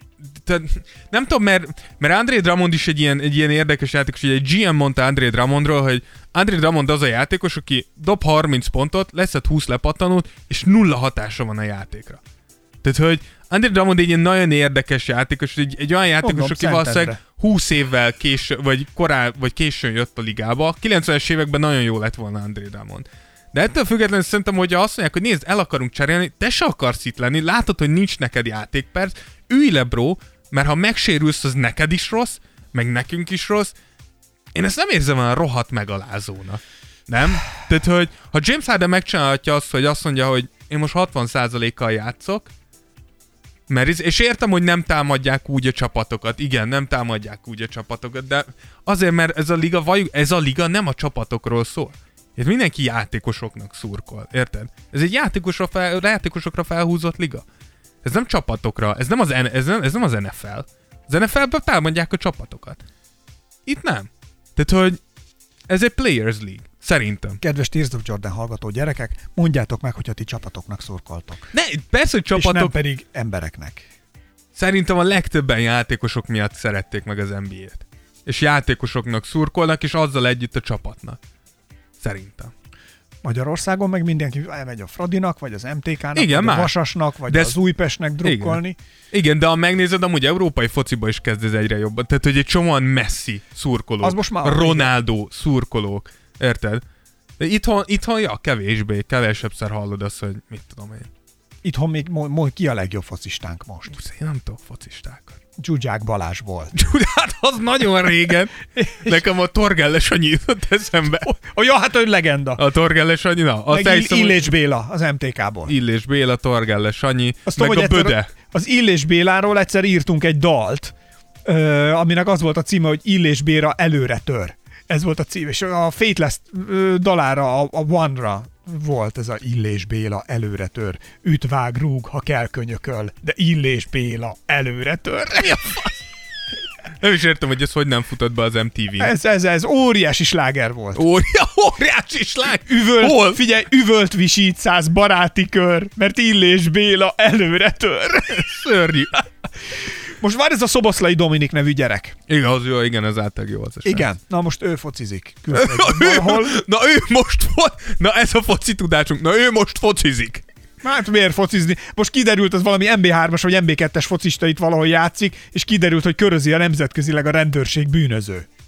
D: te, nem tudom, mert, mert Andre Drummond is egy ilyen, egy ilyen érdekes játékos, hogy egy gé em mondta Andre Drummondról, hogy Andre Drummond az a játékos, aki dob harminc pontot, leszed húsz lepattanót, és nulla hatása van a játékra. Tehát, hogy Andre Drummond egy ilyen nagyon érdekes játékos, egy, egy olyan játékos,
C: Mondom,
D: aki valószínűleg húsz évvel késő, vagy korán, vagy későn jött a ligába. A kilencvenes években nagyon jó lett volna Andre Drummond. De ettől függetlenül szerintem, hogy azt mondják, hogy nézd, el akarunk cserélni, te se akarsz itt lenni, látod, hogy nincs neked játékperc, ülj le, bro, mert ha megsérülsz, az neked is rossz, meg nekünk is rossz. Én ezt nem érzem olyan rohadt megalázónak. Nem? Tehát, hogy ha James Harden megcsinálhatja azt, hogy azt mondja, hogy én most hatvan százalékkal játszok, mert, és értem, hogy nem támadják úgy a csapatokat. Igen, nem támadják úgy a csapatokat, de azért, mert ez a liga, vagy ez a liga nem a csapatokról szól. Ez mindenki játékosoknak szurkol, érted? Ez egy játékosra, fel, játékosokra felhúzott liga. Ez nem csapatokra, ez nem az, ez nem, ez nem az en ef el. Az en ef el-ben támadják a csapatokat. Itt nem. Tehát, hogy ez egy Players League. Szerintem.
C: Kedves Tears of Jordan hallgató gyerekek, mondjátok meg, hogyha ti csapatoknak szurkoltok.
D: Ne, persze, hogy csapatok...
C: És nem pedig embereknek.
D: Szerintem a legtöbben játékosok miatt szerették meg az en bé á-t. És játékosoknak szurkolnak, és azzal együtt a csapatnak. Szerintem.
C: Magyarországon meg mindenki elmegy a Fradinak, vagy az em té ká-nak,
D: igen,
C: vagy a Vasasnak, vagy de az Újpestnek drukkolni.
D: Igen. igen, de ha megnézed, amúgy európai fociba is kezd ez egyre jobban. Tehát, hogy egy csomóan Messi szurkolók, az most már Ronaldo igen. szurkolók. Érted? De itthon, itthon, ja, kevésbé, kevesebbszer hallod azt, hogy mit tudom én.
C: Itthon még mo- mo- ki a legjobb focistánk most?
D: Én nem tudok focistákat.
C: Dzsuzsák Balázs volt.
D: Hát az nagyon régen. Nekem a Torgelles Sanyi jutott eszembe.
C: Oh, ja, hát ő legenda.
D: A Torgelles Sanyi, na.
C: Meg Ill- Illés Béla az em té ká-ból.
D: Illés Béla, Torgelles Sanyi, azt meg tudom, a Böde.
C: Az Illés Béláról egyszer írtunk egy dalt, ö, aminek az volt a címe, hogy Illés Béla előre tör. Ez volt a cím, és a Fateless dalára, a, a One-ra volt ez a Illés Béla előre tör. Üt, vág, rúg, ha kell könyököl, de Illés Béla előre tör.
D: Nem is értem, hogy ez hogy nem futott be az em té vén.
C: Ez, ez, ez óriási sláger volt.
D: Ória, óriási sláger?
C: Üvölt, Hol? Figyelj, üvölt visítszáz baráti kör, mert Illés Béla előre tör.
D: Szörnyű.
C: Most már ez a Szoboszlai Dominik nevű gyerek.
D: Igen, az jó, igen, az által jó az.
C: Igen, na most ő focizik.
D: Na ő, na ő most fo- Na ez a foci tudásunk, na ő most focizik.
C: Hát miért focizni? Most kiderült, az valami em bé hármas vagy em bé kettes focista itt valahol játszik, és kiderült, hogy körözi a nemzetközileg a rendőrség bűnöző.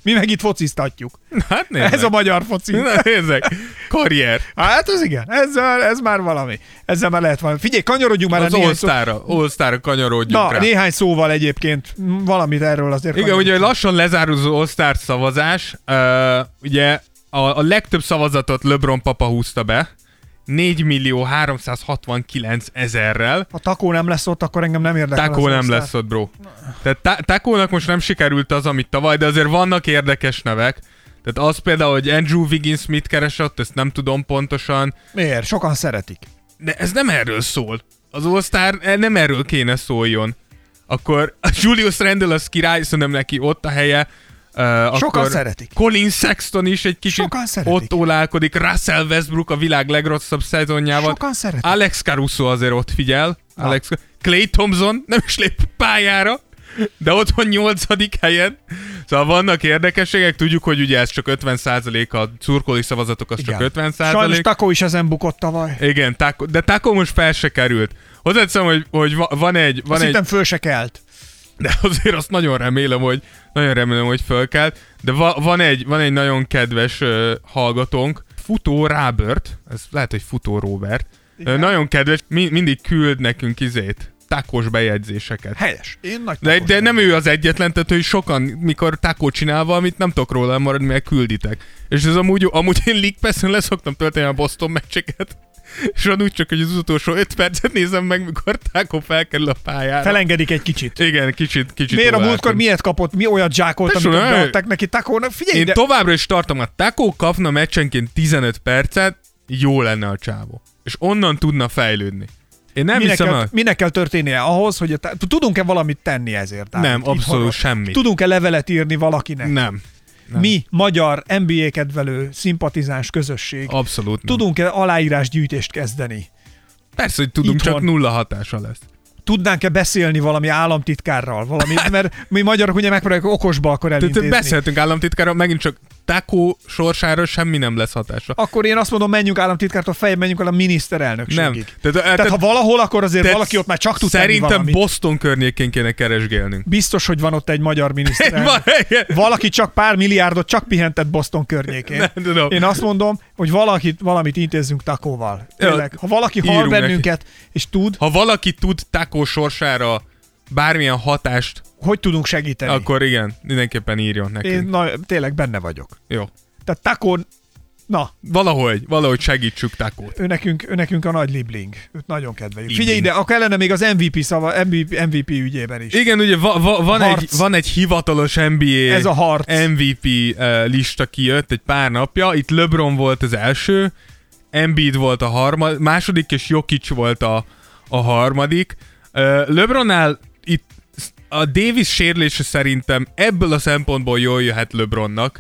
C: Mi meg itt fociztatjuk.
D: Hát nézzek.
C: Ez a magyar foci.
D: Na, nézzek. Karrier.
C: Hát ez igen, ez, ez már valami. Ezzel már lehet valami. Figyelj, kanyarodjunk már
D: Az
C: a néhány szó...
D: All-Star-ra. All-Star-ra kanyarodjunk
C: Na,
D: rá.
C: néhány szóval egyébként valamit erről azért.
D: Igen, ugye lassan lezáruló All-Star szavazás. Uh, ugye a, a legtöbb szavazatot LeBron papa húzta be. négy millió háromszázhatvankilenc ezerrel.
C: Ha Takó nem lesz ott, akkor engem nem érdekel.
D: Takó nem lesz ott, bro. Tehát Ta- Takónak most nem sikerült az, amit tavaly, de azért vannak érdekes nevek. Tehát az például, hogy Andrew Wiggins mit keresett, ezt nem tudom pontosan.
C: Miért? Sokan szeretik.
D: De ez nem erről szól. Az All-Star nem erről kéne szóljon. Akkor a Julius Randle az király, szerintem neki ott a helye. Uh,
C: Sokan szeretik.
D: Colin Sexton is egy kicsit ott ólálkodik. Russell Westbrook a világ legrosszabb szezonjával.
C: Sokan szeretik.
D: Alex Caruso azért ott figyel. Alex... Klay Thompson nem is lép pályára, de ott van nyolcadik helyen. Szóval vannak érdekességek, tudjuk, hogy ugye ez csak ötven százalék, a szurkolói szavazatok az
C: Igen.
D: csak ötven százalék.
C: Sajnos Takó is ezen bukott tavaly.
D: Igen, Taco, de Taco most fel se került. Hozzáteszem, hogy, hogy van egy... Van
C: Azt
D: egy...
C: hittem föl se kelt.
D: De azért azt nagyon remélem, hogy nagyon remélem, hogy fölkelt. De va, van, egy, van egy nagyon kedves uh, hallgatónk, Futó Robert, ez lehet, hogy Futó Robert. Uh, nagyon kedves, mi, mindig küld nekünk izét, tákos bejegyzéseket.
C: Helyes. Én nagy
D: De, de nem ő az egyetlen, tehát hogy sokan, mikor tákó csinál valamit, nem tudok róla maradni, mert külditek. És ez amúgy, amúgy én League Pass-en leszoktam tölteni a Boston meccseket. És van úgy csak, hogy az utolsó öt percet nézem meg, mikor Taco felkerül a pályára.
C: Felengedik egy kicsit.
D: Igen, kicsit, kicsit.
C: Miért a
D: óváltam.
C: múltkor miért kapott, mi olyat zsákolt, amit
D: Tesó,
C: beadtak neki Takónak? Figyelj,
D: Én
C: de...
D: továbbra is tartom, a Taco kapna meccsenként tizenöt percet, jó lenne a csávó. És onnan tudna fejlődni. Én nem
C: minek,
D: hiszem
C: kell,
D: el...
C: minek kell történnie ahhoz, hogy a tá... tudunk-e valamit tenni ezért?
D: Nem,
C: Dávid?
D: abszolút
C: Itt
D: semmi.
C: Tudunk-e levelet írni valakinek?
D: Nem. Nem.
C: Mi, magyar en bé á kedvelő, szimpatizáns közösség,
D: Abszolút nem.
C: tudunk-e aláírásgyűjtést kezdeni?
D: Persze, hogy tudunk,
C: Itthon.
D: csak nulla hatása lesz.
C: Tudnánk-e beszélni valami államtitkárral? Valami, mert mi magyarok ugye megpróbáljuk okosba akkor elintézni.
D: Tehát beszéltünk államtitkárral, megint csak Taco sorsára semmi nem lesz hatása.
C: Akkor én azt mondom, menjünk államtitkártól feljebb, menjünk el a miniszterelnökségig.
D: Nem. Tehát,
C: Tehát, tehát ha valahol, akkor azért valaki ott már csak tud tenni
D: szerintem
C: valamit.
D: Boston környékén kéne keresgélnünk.
C: Biztos, hogy van ott egy magyar
D: Van,
C: miniszterelnök.
D: igen.
C: Valaki csak pár milliárdot csak pihentett Boston környékén.
D: Nem tudom.
C: Én azt mondom, hogy valakit, valamit intézzünk Takóval. Tényleg, ha valaki hall
D: írunk
C: bennünket, és tud,
D: Ha valaki tud Taco sorsára bármilyen hatást,
C: hogy tudunk segíteni.
D: akkor igen, mindenképpen írjon nekünk.
C: Én na, tényleg benne vagyok.
D: Jó.
C: Tehát Takó, na,
D: Valahogy, valahogy segítsük Takót.
C: ő nekünk, ő nekünk a nagy libling. Őt nagyon kedveljük.
D: Libling.
C: Figyelj ide, akkor kellene még az em vé pé szava, em vé pé ügyében is.
D: Igen, ugye va, va, van,
C: Harc.
D: egy, van egy hivatalos en bé á
C: Ez a harc.
D: em vé pé uh, lista kijött egy pár napja. Itt LeBron volt az első, Embiid volt a harmadik, második, és Jokic volt a, a harmadik. Uh, LeBronnál itt a Davis sérülése szerintem ebből a szempontból jól jöhet LeBronnak,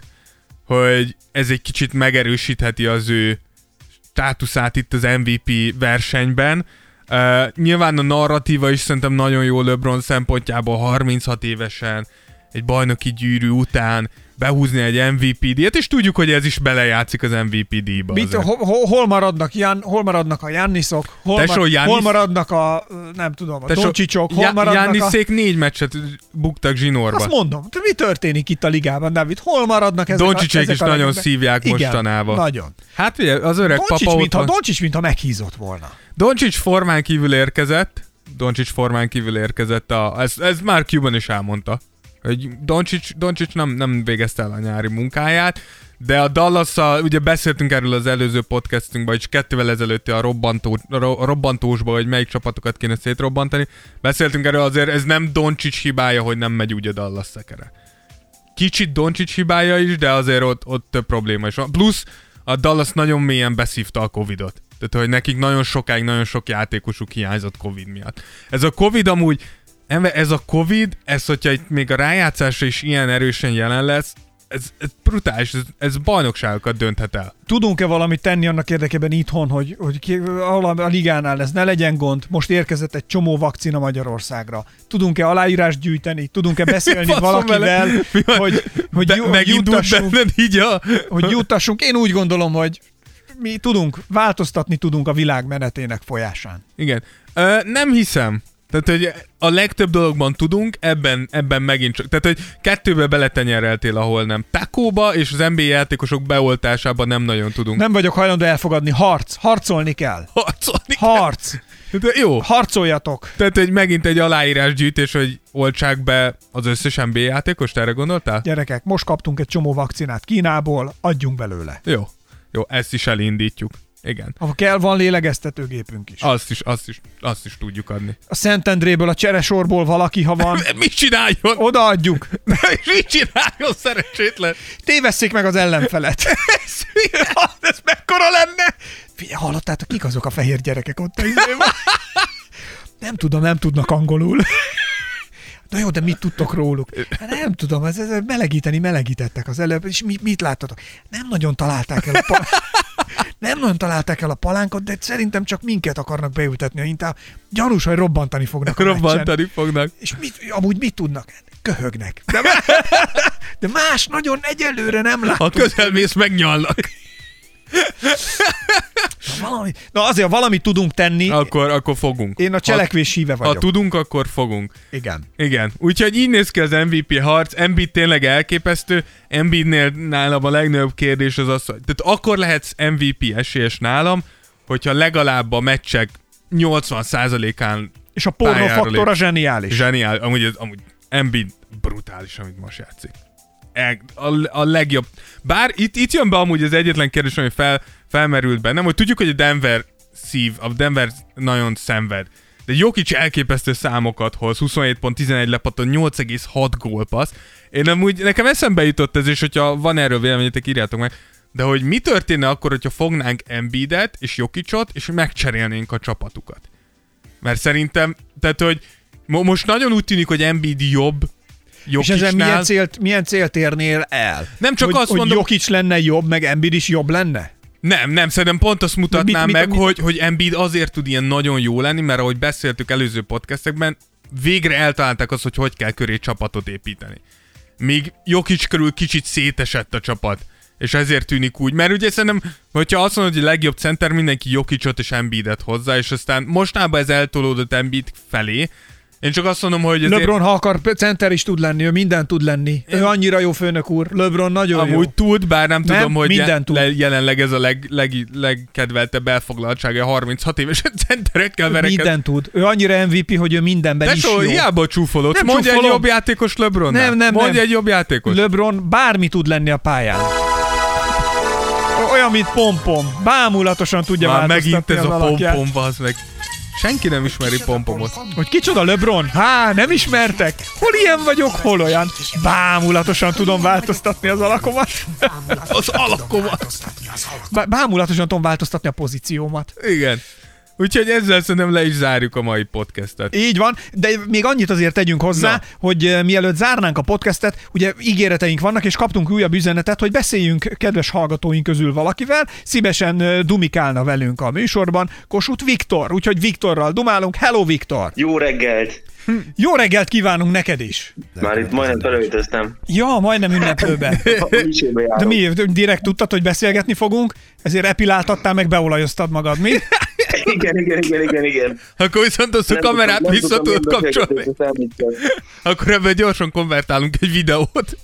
D: hogy ez egy kicsit megerősítheti az ő státuszát itt az em vé pé versenyben. Uh, nyilván a narratíva is szerintem nagyon jó LeBron szempontjából, harminchat évesen, egy bajnoki gyűrű után behúzni egy em vé pé díjat, és tudjuk, hogy ez is belejátszik az em vé pé díjba.
C: Mit, hol, hol, hol, maradnak Jan, hol maradnak a Jannisok, hol,
D: Tesó,
C: ma,
D: Giannis-
C: hol maradnak a, nem tudom, a
D: Tesó,
C: Doncsicsok, hol
D: Ja-
C: maradnak a...
D: Giannisék négy meccset buktak zsinórba.
C: Azt mondom, te mi történik itt a ligában, Dávid? Hol maradnak ezek
D: Doncsicsik
C: a, ezek
D: is
C: a
D: nagyon
C: legjobbek?
D: szívják
C: Igen,
D: mostanában.
C: nagyon.
D: Hát ugye, az öreg
C: Doncsics,
D: papa ott
C: mintha,
D: van.
C: Doncsics, mintha meghízott volna.
D: Doncsics formán kívül érkezett, Doncsics formán kívül érkezett, a, ez, ez már Cuban is elmondta, hogy Doncsics, Doncsics nem, nem végezte el a nyári munkáját, de a Dallasszal, ugye beszéltünk erről az előző podcastünkben, és kettővel ezelőtti a, robbantó, a robbantósban, hogy melyik csapatokat kéne szétrobbantani. Beszéltünk erről, azért ez nem Doncsics hibája, hogy nem megy úgy a Dallas szekere. Kicsit Doncsics hibája is, de azért ott, ott több probléma is van. Plusz a Dallas nagyon mélyen beszívta a Covidot. Tehát, hogy nekik nagyon sokáig, nagyon sok játékosuk hiányzott Covid miatt. Ez a Covid amúgy, ez a Covid, ez, hogyha itt még a rájátszásra is ilyen erősen jelen lesz, ez, ez brutális, ez, ez bajnokságokat dönthet el.
C: Tudunk-e valamit tenni annak érdekében itthon, hogy, hogy ki, a ligánál ez ne legyen gond? Most érkezett egy csomó vakcina Magyarországra. Tudunk-e aláírást gyűjteni? Tudunk-e beszélni
D: Faszom
C: valakivel,
D: vele.
C: hogy, hogy,
D: Be,
C: ju, hogy
D: megindult
C: juttassunk?
D: benned így a...
C: Hogy juttassunk. Én úgy gondolom, hogy mi tudunk, változtatni tudunk a világ menetének folyásán.
D: Igen. Ö, nem hiszem. Tehát, hogy a legtöbb dologban tudunk, ebben, ebben megint csak. Tehát, hogy kettőbe beletenyereltél, ahol nem. Tekóba és az en bé á játékosok beoltásában nem nagyon tudunk.
C: Nem vagyok hajlandó elfogadni. Harc. Harcolni kell.
D: Harcolni
C: Harc.
D: kell. De jó.
C: Harcoljatok.
D: Tehát, hogy megint egy aláírásgyűjtés, hogy oltsák be az összes en bé á játékost, erre gondoltál?
C: Gyerekek, most kaptunk egy csomó vakcinát Kínából, adjunk belőle.
D: Jó. Jó, ezt is elindítjuk. Igen.
C: Ha kell, van lélegeztetőgépünk is.
D: Azt is, azt is, azt is tudjuk adni.
C: A Szentendréből, a Cseresorból valaki, ha van,
D: Mit csináljon?
C: odaadjuk.
D: Mit csináljon, szerencsétlen?
C: Tévesszék meg az ellenfelet.
D: Ez mi?
C: Ez mekkora lenne? Figyelj, hallottátok, kik azok a fehér gyerekek ott a izében? Nem tudom, nem tudnak angolul. Na jó, de mit tudtok róluk? Hát nem tudom, ez, ez melegíteni melegítettek az előbb, és mit, mit láttatok? Nem nagyon találták el a pal- Nem nagyon találták el a palánkot, de szerintem csak minket akarnak beültetni a hintába. Gyanús, hogy robbantani fognak a
D: Robbantani
C: meccsen.
D: fognak.
C: És mit, amúgy mit tudnak? Köhögnek. De, de más nagyon egyelőre nem
D: Ha
C: látunk.
D: közel mész, megnyalnak.
C: Valami, na azért, ha valamit tudunk tenni,
D: Akkor, akkor fogunk.
C: én a cselekvés híve
D: Ha
C: vagyok.
D: tudunk, akkor fogunk.
C: Igen.
D: Igen. Úgyhogy így néz ki az em vé pé harc. Embiid tényleg elképesztő. Embiidnél nálam a legnagyobb kérdés az az, hogy tehát akkor lehetsz em vé pé esélyes nálam, hogyha legalább a meccsek nyolcvan százalékán
C: És a
D: pályára
C: pornófaktora
D: lép.
C: zseniális.
D: Zseniál. Amúgy, ez, amúgy Embiid brutális, amit most játszik. E- A, a legjobb. Bár itt, itt jön be amúgy az egyetlen kérdés, ami fel, felmerült bennem, hogy tudjuk, hogy a Denver szív, a Denver nagyon szenved. De Jokic elképesztő számokat hoz, huszonhét pont tizenegy lepatton, nyolc egész hat gólpassz. Én amúgy, nekem eszembe jutott ez, és hogyha van erről véleményetek, írjátok meg, de hogy mi történne akkor, hogyha fognánk Embiidet és Jokicot, és megcserélnénk a csapatukat. Mert szerintem, tehát, hogy mo- most nagyon úgy tűnik, hogy Embiid jobb,
C: És ezen
D: Jokicnál.
C: milyen célt, milyen célt érnél el?
D: Nem csak
C: hogy,
D: azt
C: hogy
D: mondom-
C: Jokic lenne jobb, meg Embiid is jobb lenne?
D: Nem, nem, szerintem pont azt mutatnám
C: mit-
D: meg,
C: mit-
D: hogy, hogy Embiid azért tud ilyen nagyon jó lenni, mert ahogy beszéltük előző podcastekben, végre eltalálták azt, hogy hogy kell köré csapatot építeni. Míg Jokic körül kicsit szétesett a csapat, és ezért tűnik úgy, mert ugye szerintem, hogyha azt mondod, hogy a legjobb center, mindenki Jokicot és Embiidet hozzá, és aztán mostában ez eltolódott Embiid felé. Én csak azt mondom, hogy ezért...
C: LeBron, ha akar, center is tud lenni, ő minden tud lenni. Ő annyira jó főnök úr. LeBron nagyon
D: Amúgy
C: jó.
D: tud, bár nem,
C: Nem,
D: tudom, hogy
C: mindent tud.
D: le, jelenleg ez a leg, leg, legkedveltebb elfoglaltsága harminchat éves centerekkel verekedni.
C: Minden tud. Ő annyira em vé pé, hogy ő mindenben
D: De
C: is
D: so,
C: jó.
D: hiába csúfolodsz.
C: Nem
D: Mondj egy
C: csúfolom.
D: jobb játékos LeBronnál.
C: Nem, nem,
D: Mondj
C: nem.
D: egy jobb játékos.
C: LeBron bármi tud lenni a pályán. Olyan, mint pompom. Bámulatosan tudja
D: Már megint
C: változtatni
D: ez
C: az
D: a
C: alakját.
D: pompom, bazd meg. Senki nem ismeri pompomot.
C: Hogy kicsoda LeBron? Há, nem ismertek? Hol ilyen vagyok, hol olyan? Bámulatosan tudom változtatni az alakomat.
D: Az alakomat.
C: Bá- Bámulatosan tudom változtatni a pozíciómat.
D: Igen. Úgyhogy ezzel szerintem le is zárjuk a mai podcastet.
C: Így van, de még annyit azért tegyünk hozzá,
D: Na.
C: hogy eh, mielőtt zárnánk a podcastet, ugye ígéreteink vannak, és kaptunk újabb üzenetet, hogy beszéljünk kedves hallgatóink közül valakivel, szívesen eh, dumikálna velünk a műsorban, Kossuth Viktor, úgyhogy Viktorral dumálunk. Hello Viktor!
G: Jó reggelt!
C: Jó reggelt kívánunk neked is!
G: Már itt majdnem felöltöztem.
C: Ja, majdnem ünneplőben.
G: A misébe
C: De
G: járok.
C: mi, direkt tudtad, hogy beszélgetni fogunk, ezért epiláltattál, meg beolajoztad magad, mi?
G: Igen, igen, igen, igen, igen.
D: Akkor viszont azt a
G: Nem
D: kamerát
G: tudtam- nem
D: vissza
G: tudtam,
D: tudod
G: milyen
D: kapcsolni.
G: beszélgetésre számítani.
D: Akkor ebben gyorsan konvertálunk egy videót.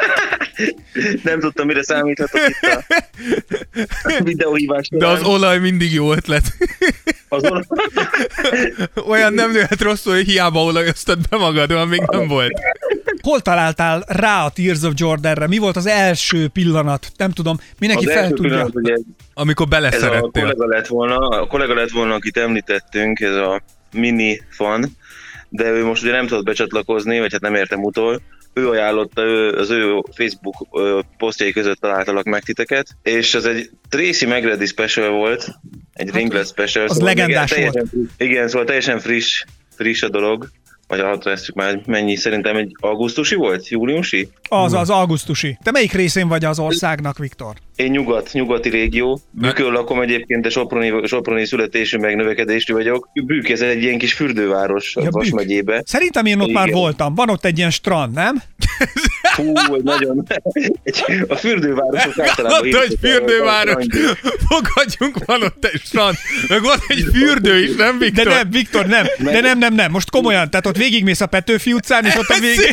G: Nem tudtam, mire számíthatok itt a videóhívás.
D: De az olaj mindig jó ötlet.
G: az olaj...
D: Olyan nem nőhet rosszul, hogy hiába olajoztad be magad, olyan még nem volt.
C: Hol találtál rá a Tears of Jordanre? Mi volt az első pillanat? Nem tudom, mindenki
G: Az
C: fel
G: első
C: tudja.
G: pillanat, hogy ez,
D: Amikor
G: ez a
D: beleszerettél.
G: kollega lett volna, a kollega lett volna, akit említettünk, ez a mini fan, de ő most ugye nem tudott becsatlakozni, vagy hát nem értem utol. Ő ajánlotta, ő, az ő Facebook ö, posztjai között találtalak meg titeket, és ez egy Tracy McGrady special volt, egy hát, Ringlet special.
C: az
G: szóval
C: legendás
G: igen,
C: volt.
G: teljesen, igen, szóval teljesen friss, friss a dolog, vagy hát ezt már mennyi, szerintem egy augusztusi volt? Júliusi?
C: Az az augusztusi. Te melyik részén vagy az országnak, Viktor?
G: Én nyugat, nyugati régió. Bükkön lakom egyébként, de soproni, soproni születésű, meg növekedésű vagyok. Bükk, ez egy ilyen kis fürdőváros
C: Ja,
G: a Vas
C: Bükk.
G: megyébe.
C: Szerintem én ott
G: Igen.
C: már voltam. Van ott egy ilyen strand, nem?
G: Fú, hogy nagyon... A fürdővárosok általában...
D: Ott egy fürdőváros. Fogadjunk, van ott egy strand. Meg van egy fürdő is, nem,
C: De
D: Viktor?
C: nem, Viktor, nem. De nem, nem, nem. Most komolyan. Tehát ott végigmész a Petőfi utcán, és ott a végén...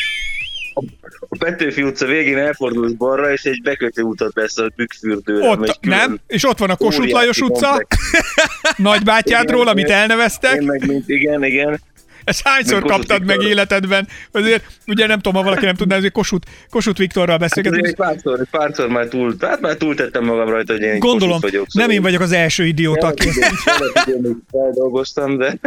G: A Petőfi utca végén elfordulsz balra, és egy bekötő utat lesz a Bükkfürdőre.
C: Ott, nem? És ott van a Kossuth Lajos utca, Nagybátyádról, amit elneveztek.
G: Én meg, mint igen, igen.
C: Ezt hányszor
G: Meg Kossuth
C: kaptad meg
G: Viktor.
C: életedben? Azért, ugye nem tudom, ha valaki nem tudná, hogy Kossuth, Kossuth Viktorral
G: Hát azért
C: beszélgetünk.
G: egy párszor, egy párszor már túl, hát már túltettem magam rajta, hogy én egy
C: Gondolom,
G: Kossuth vagyok.
C: nem én vagyok az első idióta, aki ezt...
G: Feldolgoztam, de...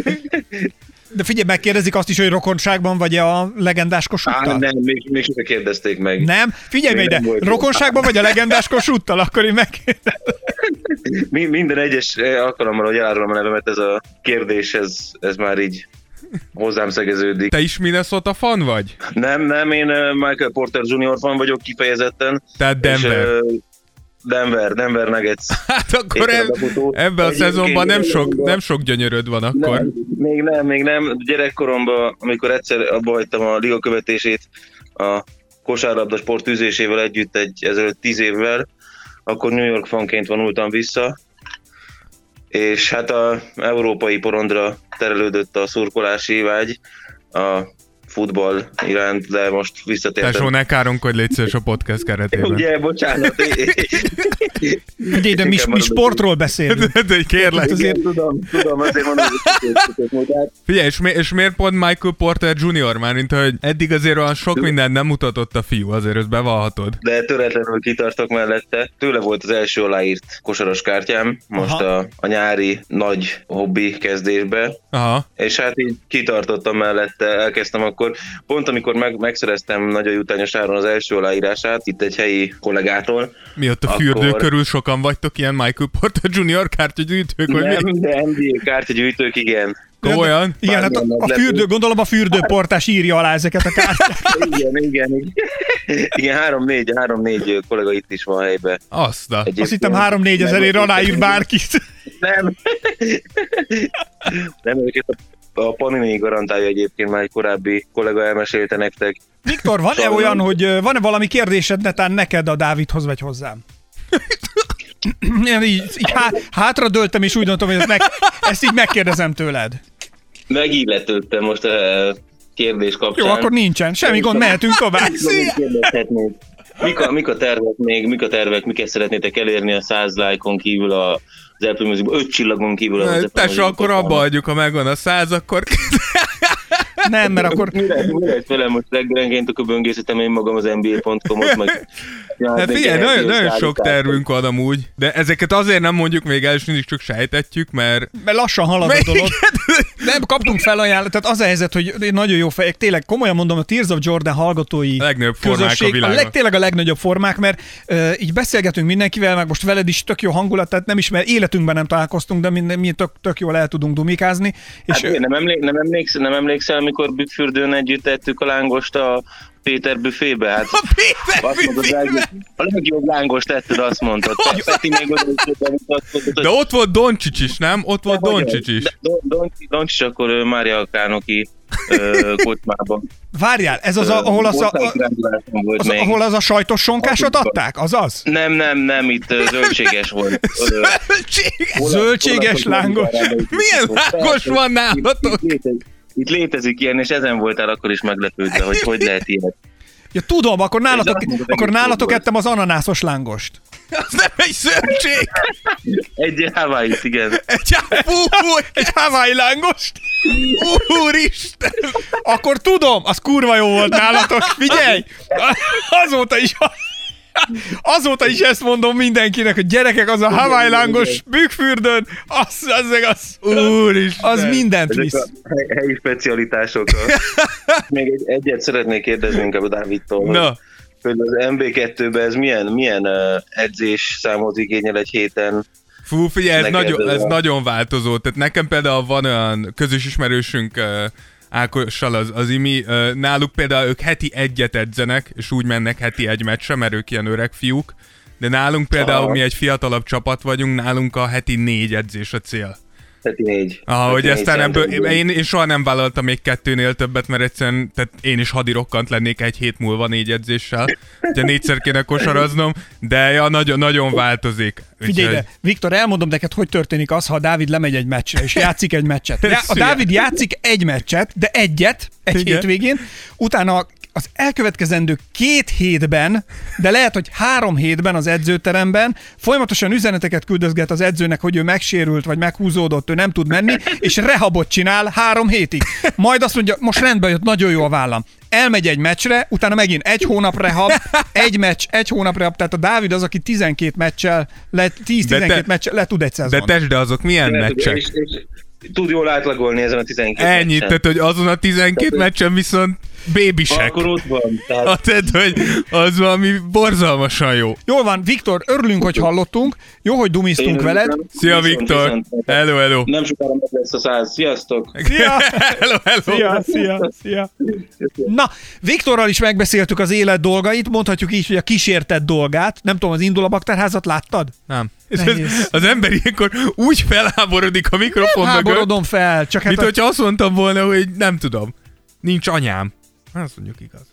C: De figyelj, megkérdezik azt is, hogy rokonságban vagy a legendás
G: Á,
C: Kossuthtal?
G: nem, még, még sose kérdezték meg.
C: Nem? Figyelj
G: Még
C: meg
G: nem
C: ide,
G: volt.
C: rokonságban vagy a legendás Kossuthtal? Akkor én megkérdezem.
G: Mi, minden egyes alkalommal, hogy elárulom a nevemet, ez a kérdés, ez, ez már így hozzám szegeződik.
D: Te is Minnesota fan vagy?
G: Nem, nem, én uh, Michael Porter junior fan vagyok kifejezetten.
D: Tehát Denver.
G: És, uh, Denver, Denver Nuggets.
D: Hát akkor
G: Éppen
D: eb-
G: a befutó.
D: ebben a
G: Egyébként
D: szezonban nem sok,
G: igazából-
D: nem sok gyönyöröd van akkor.
G: Nem, még nem, még nem. Gyerekkoromban, amikor egyszer abba hagytam a liga követését a kosárlabda sport űzésével együtt egy ezelőtt tíz évvel, akkor New York fanként vonultam vissza, és hát a európai porondra terelődött a szurkolási vágy a futball iránt, de most visszatértem.
D: Tesó, ne káromkodj, légy szíves a podcast keretében.
G: Ugye, bocsánat.
C: Ugye, de mi, mi sportról beszélünk.
D: De egy kérlek.
G: Azért tudom, tudom, azért mondom, hogy
D: Figyelj, és, mi, és miért pont Michael Porter junior? Már mint hogy eddig azért olyan sok mindent nem mutatott a fiú, azért ezt bevallhatod.
G: de töretlenül kitartok mellette. Tőle volt az első aláírt kosaras kártyám, most a, a nyári nagy hobbi kezdésbe,
D: Aha.
G: és hát így kitartottam mellette, elkezdtem akkor, pont amikor meg, megszereztem nagyon jutányos áron az első aláírását, itt egy helyi kollégától.
D: Mi ott a
G: Akkor-
D: fürdő körül sokan vagytok ilyen Michael Porter junior kártyagyűjtők, vagy
G: Nem,
D: mi?
G: de en bé á kártyagyűjtők, igen.
D: Komolyan?
C: Igen, hát a, a fürdő, gondolom a fürdőportás írja alá ezeket a kártyákat.
G: Igen, igen, igen. Igen, három-négy, három-négy kollega itt is van helyben.
D: Azt a...
G: Egyébként.
C: Azt hittem három-négy ezerért aláír bárkit.
G: Nem. Nem, őket a, a Panini garantálja egyébként, már egy korábbi kollega elmesélte nektek.
C: Viktor, van-e
G: Sajnálom.
C: olyan, hogy ö, van-e valami kérdésed netán neked a Dávidhoz vagy hozzám? Én így, így há, hátra döltem, és úgy mondtam, hogy ezt, meg, ezt így megkérdezem tőled.
G: Megilletődtem most a kérdés kapcsán.
C: Jó, akkor nincsen. Semmi gond, mehetünk tovább.
G: Mit kérdezhetnék? Mik a, mik a tervek még, mik a tervek, miket szeretnétek elérni a száz lájkon kívül a, az Apple Music-ban, öt csillagon kívül az Apple
D: Tesó,
G: Music-ban?
D: akkor abba adjuk, ha megvan a száz, akkor...
C: Nem, mert akkor...
G: Mire, mire lesz velem most reggelenként, akkor böngészetem én magam az en bé á pont com-ot, meg... Ja,
D: Hát
G: még
D: figyelj,
G: ehhez
D: nagyon,
G: jó
D: nagyon sok
G: szállítás.
D: tervünk van amúgy, de ezeket azért nem mondjuk még el, és mindig csak sejtetjük, mert...
C: Mert lassan halad a dolog. Nem, kaptunk felajánlatot. Az a helyzet, hogy nagyon jó fejek. Tényleg komolyan mondom, a Tears of Jordan hallgatói
D: A legnagyobb formák a
C: közösség,
D: világon.
C: leg, tényleg a legnagyobb formák, mert uh, így beszélgetünk mindenkivel, meg most veled is tök jó hangulat, tehát nem ismer, életünkben nem találkoztunk, de mi, mi tök, tök jól el tudunk dumikázni. És,
G: Hát, nem, emlék, nem, emlékszel, nem emlékszel, amikor Bükkfürdőn együtt tettük a lángost a Péter büfébe? Hát,
D: A Péter
G: azt mondod,
D: büfébe!
G: a legjobb lángost tetted, azt mondtad. Peti még oda is tudta, azt mondtad, hogy
D: De ott volt Doncsics is, nem? Ott volt Doncsics is.
G: De Don- Don- Doncsics akkor ö, Mária Kánoki ö, kocsmában.
C: várjál, ez az, a, ahol az, a,
G: Országos
C: a,
G: gratuláltam volt
C: az,
G: még.
C: ahol az a sajtos sonkásot adták? Az az?
G: Nem, nem, nem, itt ö, zöldséges volt. Ö,
D: Zöldséges!
C: Zöldséges lángos.
D: Milyen lángos van nálatok?
G: Itt, itt, létezik, itt létezik ilyen, és ezen voltál akkor is meglepődve, hogy hogy lehet ilyen.
C: Ja, tudom, akkor nálatok,
G: azt mondod,
C: akkor
G: egész
C: nálatok
G: volt.
C: ettem az ananászos lángost.
D: Az nem egy zöldség!
G: Egy Hawaii, igen.
D: Egy fú,
C: Egy Hawaii lángost.
D: úristen!
C: Akkor tudom, az kurva jó volt nálatok. Figyelj! Azóta is... Azóta is ezt mondom mindenkinek, hogy gyerekek, az a Hawaii lángos Bükkfürdőn, az, az, az,
D: Úristen!
C: az mindent
G: Ezek
C: visz.
G: a hely- helyi specialitások. Még egy, egyet szeretnék kérdezni inkább a Dávidtól. hogy
D: Na,
G: Például az em bé kettőben ez milyen, milyen uh, edzés számot igényel egy héten?
D: fú, figyelj, ez,
G: Neked
D: nagyon,
G: ez
D: ez
G: a-
D: nagyon változó. Tehát nekem például van olyan közös ismerősünk, uh, Ákossal az, az Imi, uh, náluk például ők heti egyet edzenek, és úgy mennek heti egy meccsre, mert ők ilyen öreg fiúk. De nálunk például mi egy fiatalabb csapat vagyunk, nálunk a heti négy edzés a cél.
G: Heti négy.
D: Ah, hogy
G: négy
D: aztán ebből,
G: szerintem.
D: én, én soha nem vállaltam még kettőnél többet, mert egyszerűen, tehát én is hadirokkant lennék egy hét múlva négy edzéssel, ugye négyszer kéne kosaraznom, de ja, nagyon, nagyon változik.
C: Figyelj ide, Viktor, elmondom neked, hogy történik az, ha a Dávid lemegy egy meccsre, és játszik egy meccset. Já- a Dávid játszik egy meccset, de egyet, egy
D: Igen.
C: hétvégén, utána az elkövetkezendő két hétben, de lehet, hogy három hétben az edzőteremben folyamatosan üzeneteket küldözget az edzőnek, hogy ő megsérült, vagy meghúzódott, ő nem tud menni, és rehabot csinál három hétig. Majd azt mondja, most rendben jött, nagyon jó a vállam. Elmegy egy meccsre, utána megint egy hónap rehab, egy meccs, egy hónap rehab, tehát a Dávid az, aki tizenkét meccsel, le, tíz-tizenkét meccsel le tud egy szezon.
D: De tesd, de azok milyen meccsek?
G: És, és, tud jól átlagolni ezen a tizenkét
D: Ennyit,
G: meccsen.
D: tehát hogy azon a tizenkét meccsen viszont bébisek.
G: Akkor ott van. Tehát...
D: Hát, tehát, hogy az valami borzalmasan jó.
C: Jól van, Viktor, örülünk, hogy hallottunk. Jó, hogy dumiztunk
G: Én
C: veled.
G: örülök.
D: Szia,
G: Viszont,
D: Viktor!
G: viszont.
D: Hello, hello!
G: Nem sokára meg lesz a száz. Sziasztok!
C: Szia!
D: Hello, hello!
C: Szia, szia, szia. Na, Viktorral is megbeszéltük az élet dolgait, mondhatjuk így, hogy a kísértett dolgát. Nem tudom, az Indul a Bakterházat láttad?
D: Nem.
C: Nehéz.
D: Az ember ilyenkor úgy felháborodik a mikrofon mögött,
C: Háborodom fel, csak hát
D: mint
C: a...
D: hogyha azt mondtam volna, hogy nem tudom. Nincs anyám. Azt mondjuk igaz.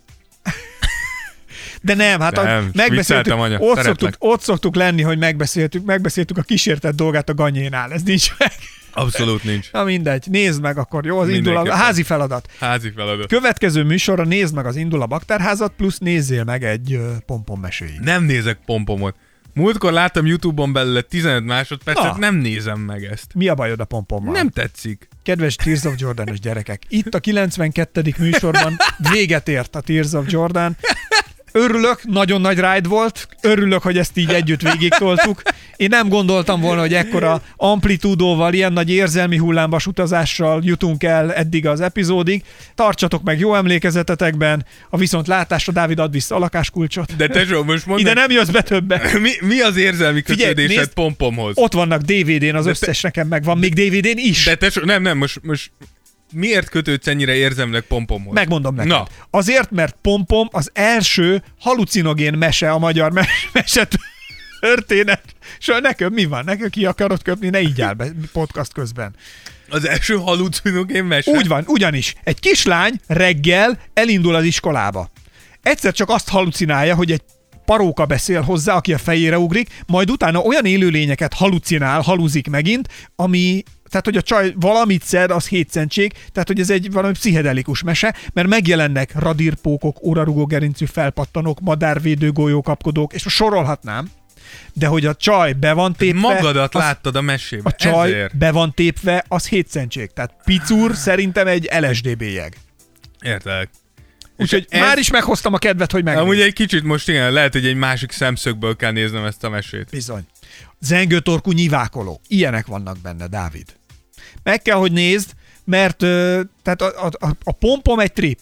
C: De nem, hát
D: Nem,
C: a, megbeszéltük,
D: vicceltem, anya,
C: ott,
D: szeretlek.
C: szoktuk, ott szoktuk lenni, hogy megbeszéltük, megbeszéltük a kísértett dolgát a Ganyénál, ez nincs meg.
D: Abszolút nincs.
C: Na mindegy, nézd meg akkor, jó, az Indul a, a
D: Mindenképpen.
C: házi feladat.
D: Házi feladat.
C: Következő műsorra nézd meg az Indul a Bakterházat, plusz nézzél meg egy uh, pompon meséig.
D: Nem nézek pompomot. Múltkor láttam YouTube-on belőle tizenöt másodpercet,
C: Na.
D: nem nézem meg ezt.
C: Mi a bajod a pompommal?
D: Nem tetszik.
C: Kedves Tears of Jordan-os gyerekek, itt a kilencvenkettedik műsorban véget ért a Tears of Jordan. Örülök, nagyon nagy ride volt, örülök, hogy ezt így együtt végig toltuk. Én nem gondoltam volna, hogy ekkora amplitúdóval, ilyen nagy érzelmi hullámvas utazással jutunk el eddig az epizódig. Tartsatok meg jó emlékezetetekben, a viszontlátásra Dávid ad vissza a lakáskulcsot.
D: De Tesó, most mondd
C: Ide
D: meg,
C: nem jössz be többe.
D: mi, mi az érzelmi
C: Figyelj,
D: kötődésed
C: nézd,
D: pompomhoz?
C: Ott vannak dé vé dén, az
D: De
C: összes nekem megvan, még dé vé dén is.
D: De Tesó, nem, nem, most, most miért kötődsz ennyire érzemleg pompomhoz?
C: Megmondom neked.
D: Na.
C: Azért, mert Pompom az első halucinogén mese a magyar me- mese történet. És nekem mi van? Nekem ki akarod köpni? Ne így áll be podcast közben.
D: Az első halucinogén mese?
C: Úgy van, ugyanis. Egy kislány reggel elindul az iskolába. Egyszer csak azt halucinálja, hogy egy paróka beszél hozzá, aki a fejére ugrik, majd utána olyan élőlényeket halucinál, haluzik megint, ami... Tehát, hogy a csaj valamit szed, az hétszentség, tehát, hogy ez egy valami pszichedelikus mese, mert megjelennek radírpókok, órarugó gerincű felpattanók, madárvédő golyókapkodók, és sorolhatnám, de hogy a csaj be van tépve...
D: Magadat
C: az,
D: láttad a mesében.
C: a csaj
D: Ezért.
C: be van tépve, az hétszentség. Tehát picur szerintem egy el es dé bélyeg.
D: Értelek.
C: Úgyhogy
D: ez-
C: már is meghoztam a kedvet, hogy megnézd.
D: Amúgy egy kicsit most igen, lehet, hogy egy másik szemszögből kell néznem ezt a mesét.
C: Bizony. Zengőtorkú nyivákoló. Ilyenek vannak benne, Dávid. Meg kell, hogy nézd, mert ö, tehát a, a, a, a pompom egy trip.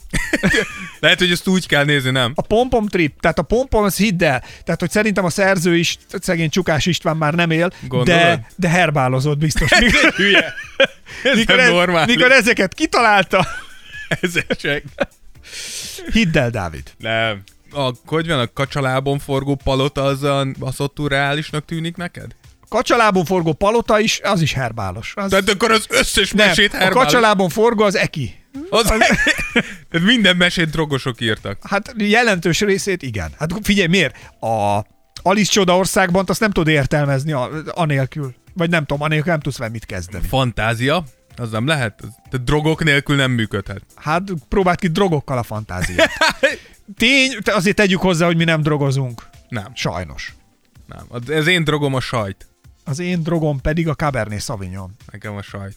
D: Lehet, hogy ezt úgy kell nézni, nem?
C: A pompom trip, tehát a pompom, az hidd el. Tehát, hogy szerintem a szerző is, szegény Csukás István már nem él,
D: Gondolod?
C: de, de herbálozott biztos. Mikor,
D: Hülye. Ez
C: mikor,
D: nem
C: ez,
D: normális.
C: mikor ezeket kitalálta,
D: Ezért csak.
C: hidd el, Dávid.
D: Nem. A, hogy van a kacsalábon forgó palota, az a, az ott reálisnak tűnik neked?
C: A kacsalábon forgó palota is, az is herbálos. Az,
D: Tehát akkor az összes
C: nem,
D: mesét
C: a
D: herbálos.
C: kacsalábon forgó az eki.
D: Az... Tehát minden mesét drogosok írtak.
C: Hát jelentős részét igen. Hát figyelj, miért? A Alice Csoda országban azt nem tudod értelmezni a, anélkül. Vagy nem tudom, anélkül nem tudsz vele mit kezdeni.
D: Fantázia, az nem lehet. Tehát drogok nélkül nem működhet.
C: Hát próbáld ki drogokkal a fantáziát. Tény, azért tegyük hozzá, hogy mi nem drogozunk.
D: Nem,
C: Sajnos.
D: nem. Az- Ez én drogom a sajt.
C: Az én drogom pedig a Cabernet Sauvignon.
D: Nekem a sajt.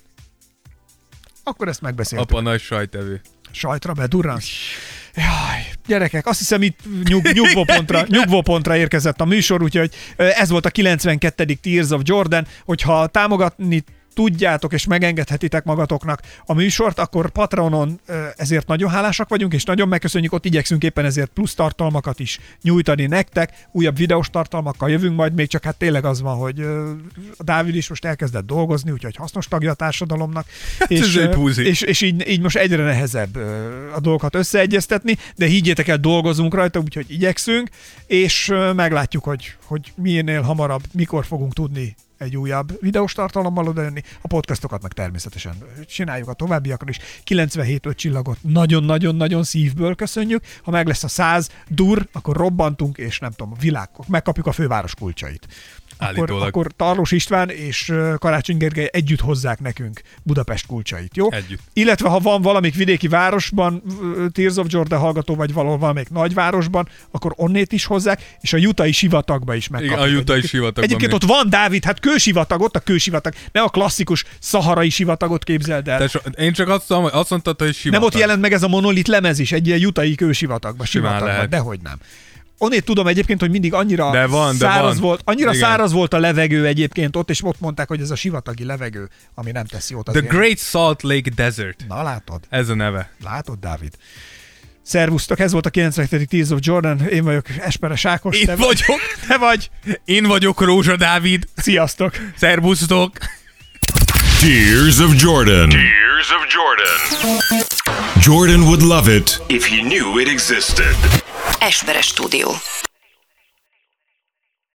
C: Akkor ezt megbeszéltük.
D: Apa nagy sajtevő.
C: Sajtra bedurransz. Jaj, gyerekek, azt hiszem itt nyug, nyugvópontra, nyugvópontra érkezett a műsor, úgyhogy ez volt a kilencvenkettedik Tears of Jordan. Hogyha támogatni tudjátok és megengedhetitek magatoknak a műsort, akkor Patreonon ezért nagyon hálásak vagyunk, és nagyon megköszönjük, ott igyekszünk éppen ezért plusz tartalmakat is nyújtani nektek, újabb videós tartalmakkal jövünk majd, még csak hát tényleg az van, hogy a Dávid is most elkezdett dolgozni, úgyhogy hasznos tagja a társadalomnak, és, és, és így, így most egyre nehezebb a dolgokat összeegyeztetni, de higgyétek el, dolgozunk rajta, úgyhogy igyekszünk, és meglátjuk, hogy, hogy minél hamarabb, mikor fogunk tudni egy újabb videós tartalommal odajönni, a podcastokat meg természetesen csináljuk a továbbiakra is. kilencvenhét öt csillagot nagyon-nagyon-nagyon szívből köszönjük. Ha meg lesz a száz dur, akkor robbantunk, és nem tudom, a világ, megkapjuk a főváros kulcsait. Akkor, akkor Tarlós István és Karácsony Gergely együtt hozzák nekünk Budapest kulcsait, jó?
D: Együtt.
C: Illetve ha van valamik vidéki városban Tears of Jordan hallgató, vagy valahol valamelyik nagyvárosban, akkor onnét is hozzák, és a jutai sivatagba is megkapjuk.
D: A jutai sivatagban.
C: Egyébként még. Ott van, Dávid, hát kősivatag, ott a kősivatag, ne a klasszikus szaharai sivatagot képzeld el.
D: So, én csak azt, mondom, azt mondtad, hogy sivatag.
C: Nem ott jelent meg ez a monolit lemez is, egy ilyen jutai kősivatagban, sivatagban, dehogy nem. Onnét tudom egyébként, hogy mindig annyira de van, de száraz van. volt, annyira Igen. száraz volt a levegő egyébként ott, és ott mondták, hogy ez a sivatagi levegő, ami nem teszi jót azért.
D: The Great Salt Lake Desert.
C: Na látod?
D: Ez a neve.
C: Látod, Dávid? Szervusztok, ez volt a kilencvenhetedik Tears of Jordan, én vagyok Esperes Ákos.
D: Én
C: te
D: vagyok.
C: Vagy. Te vagy.
D: Én vagyok Rózsa Dávid.
C: Sziasztok.
D: Szervusztok.
B: Tears of Jordan. Tears of Jordan. Jordan would love it if he knew it existed.
H: Esperes Stúdió.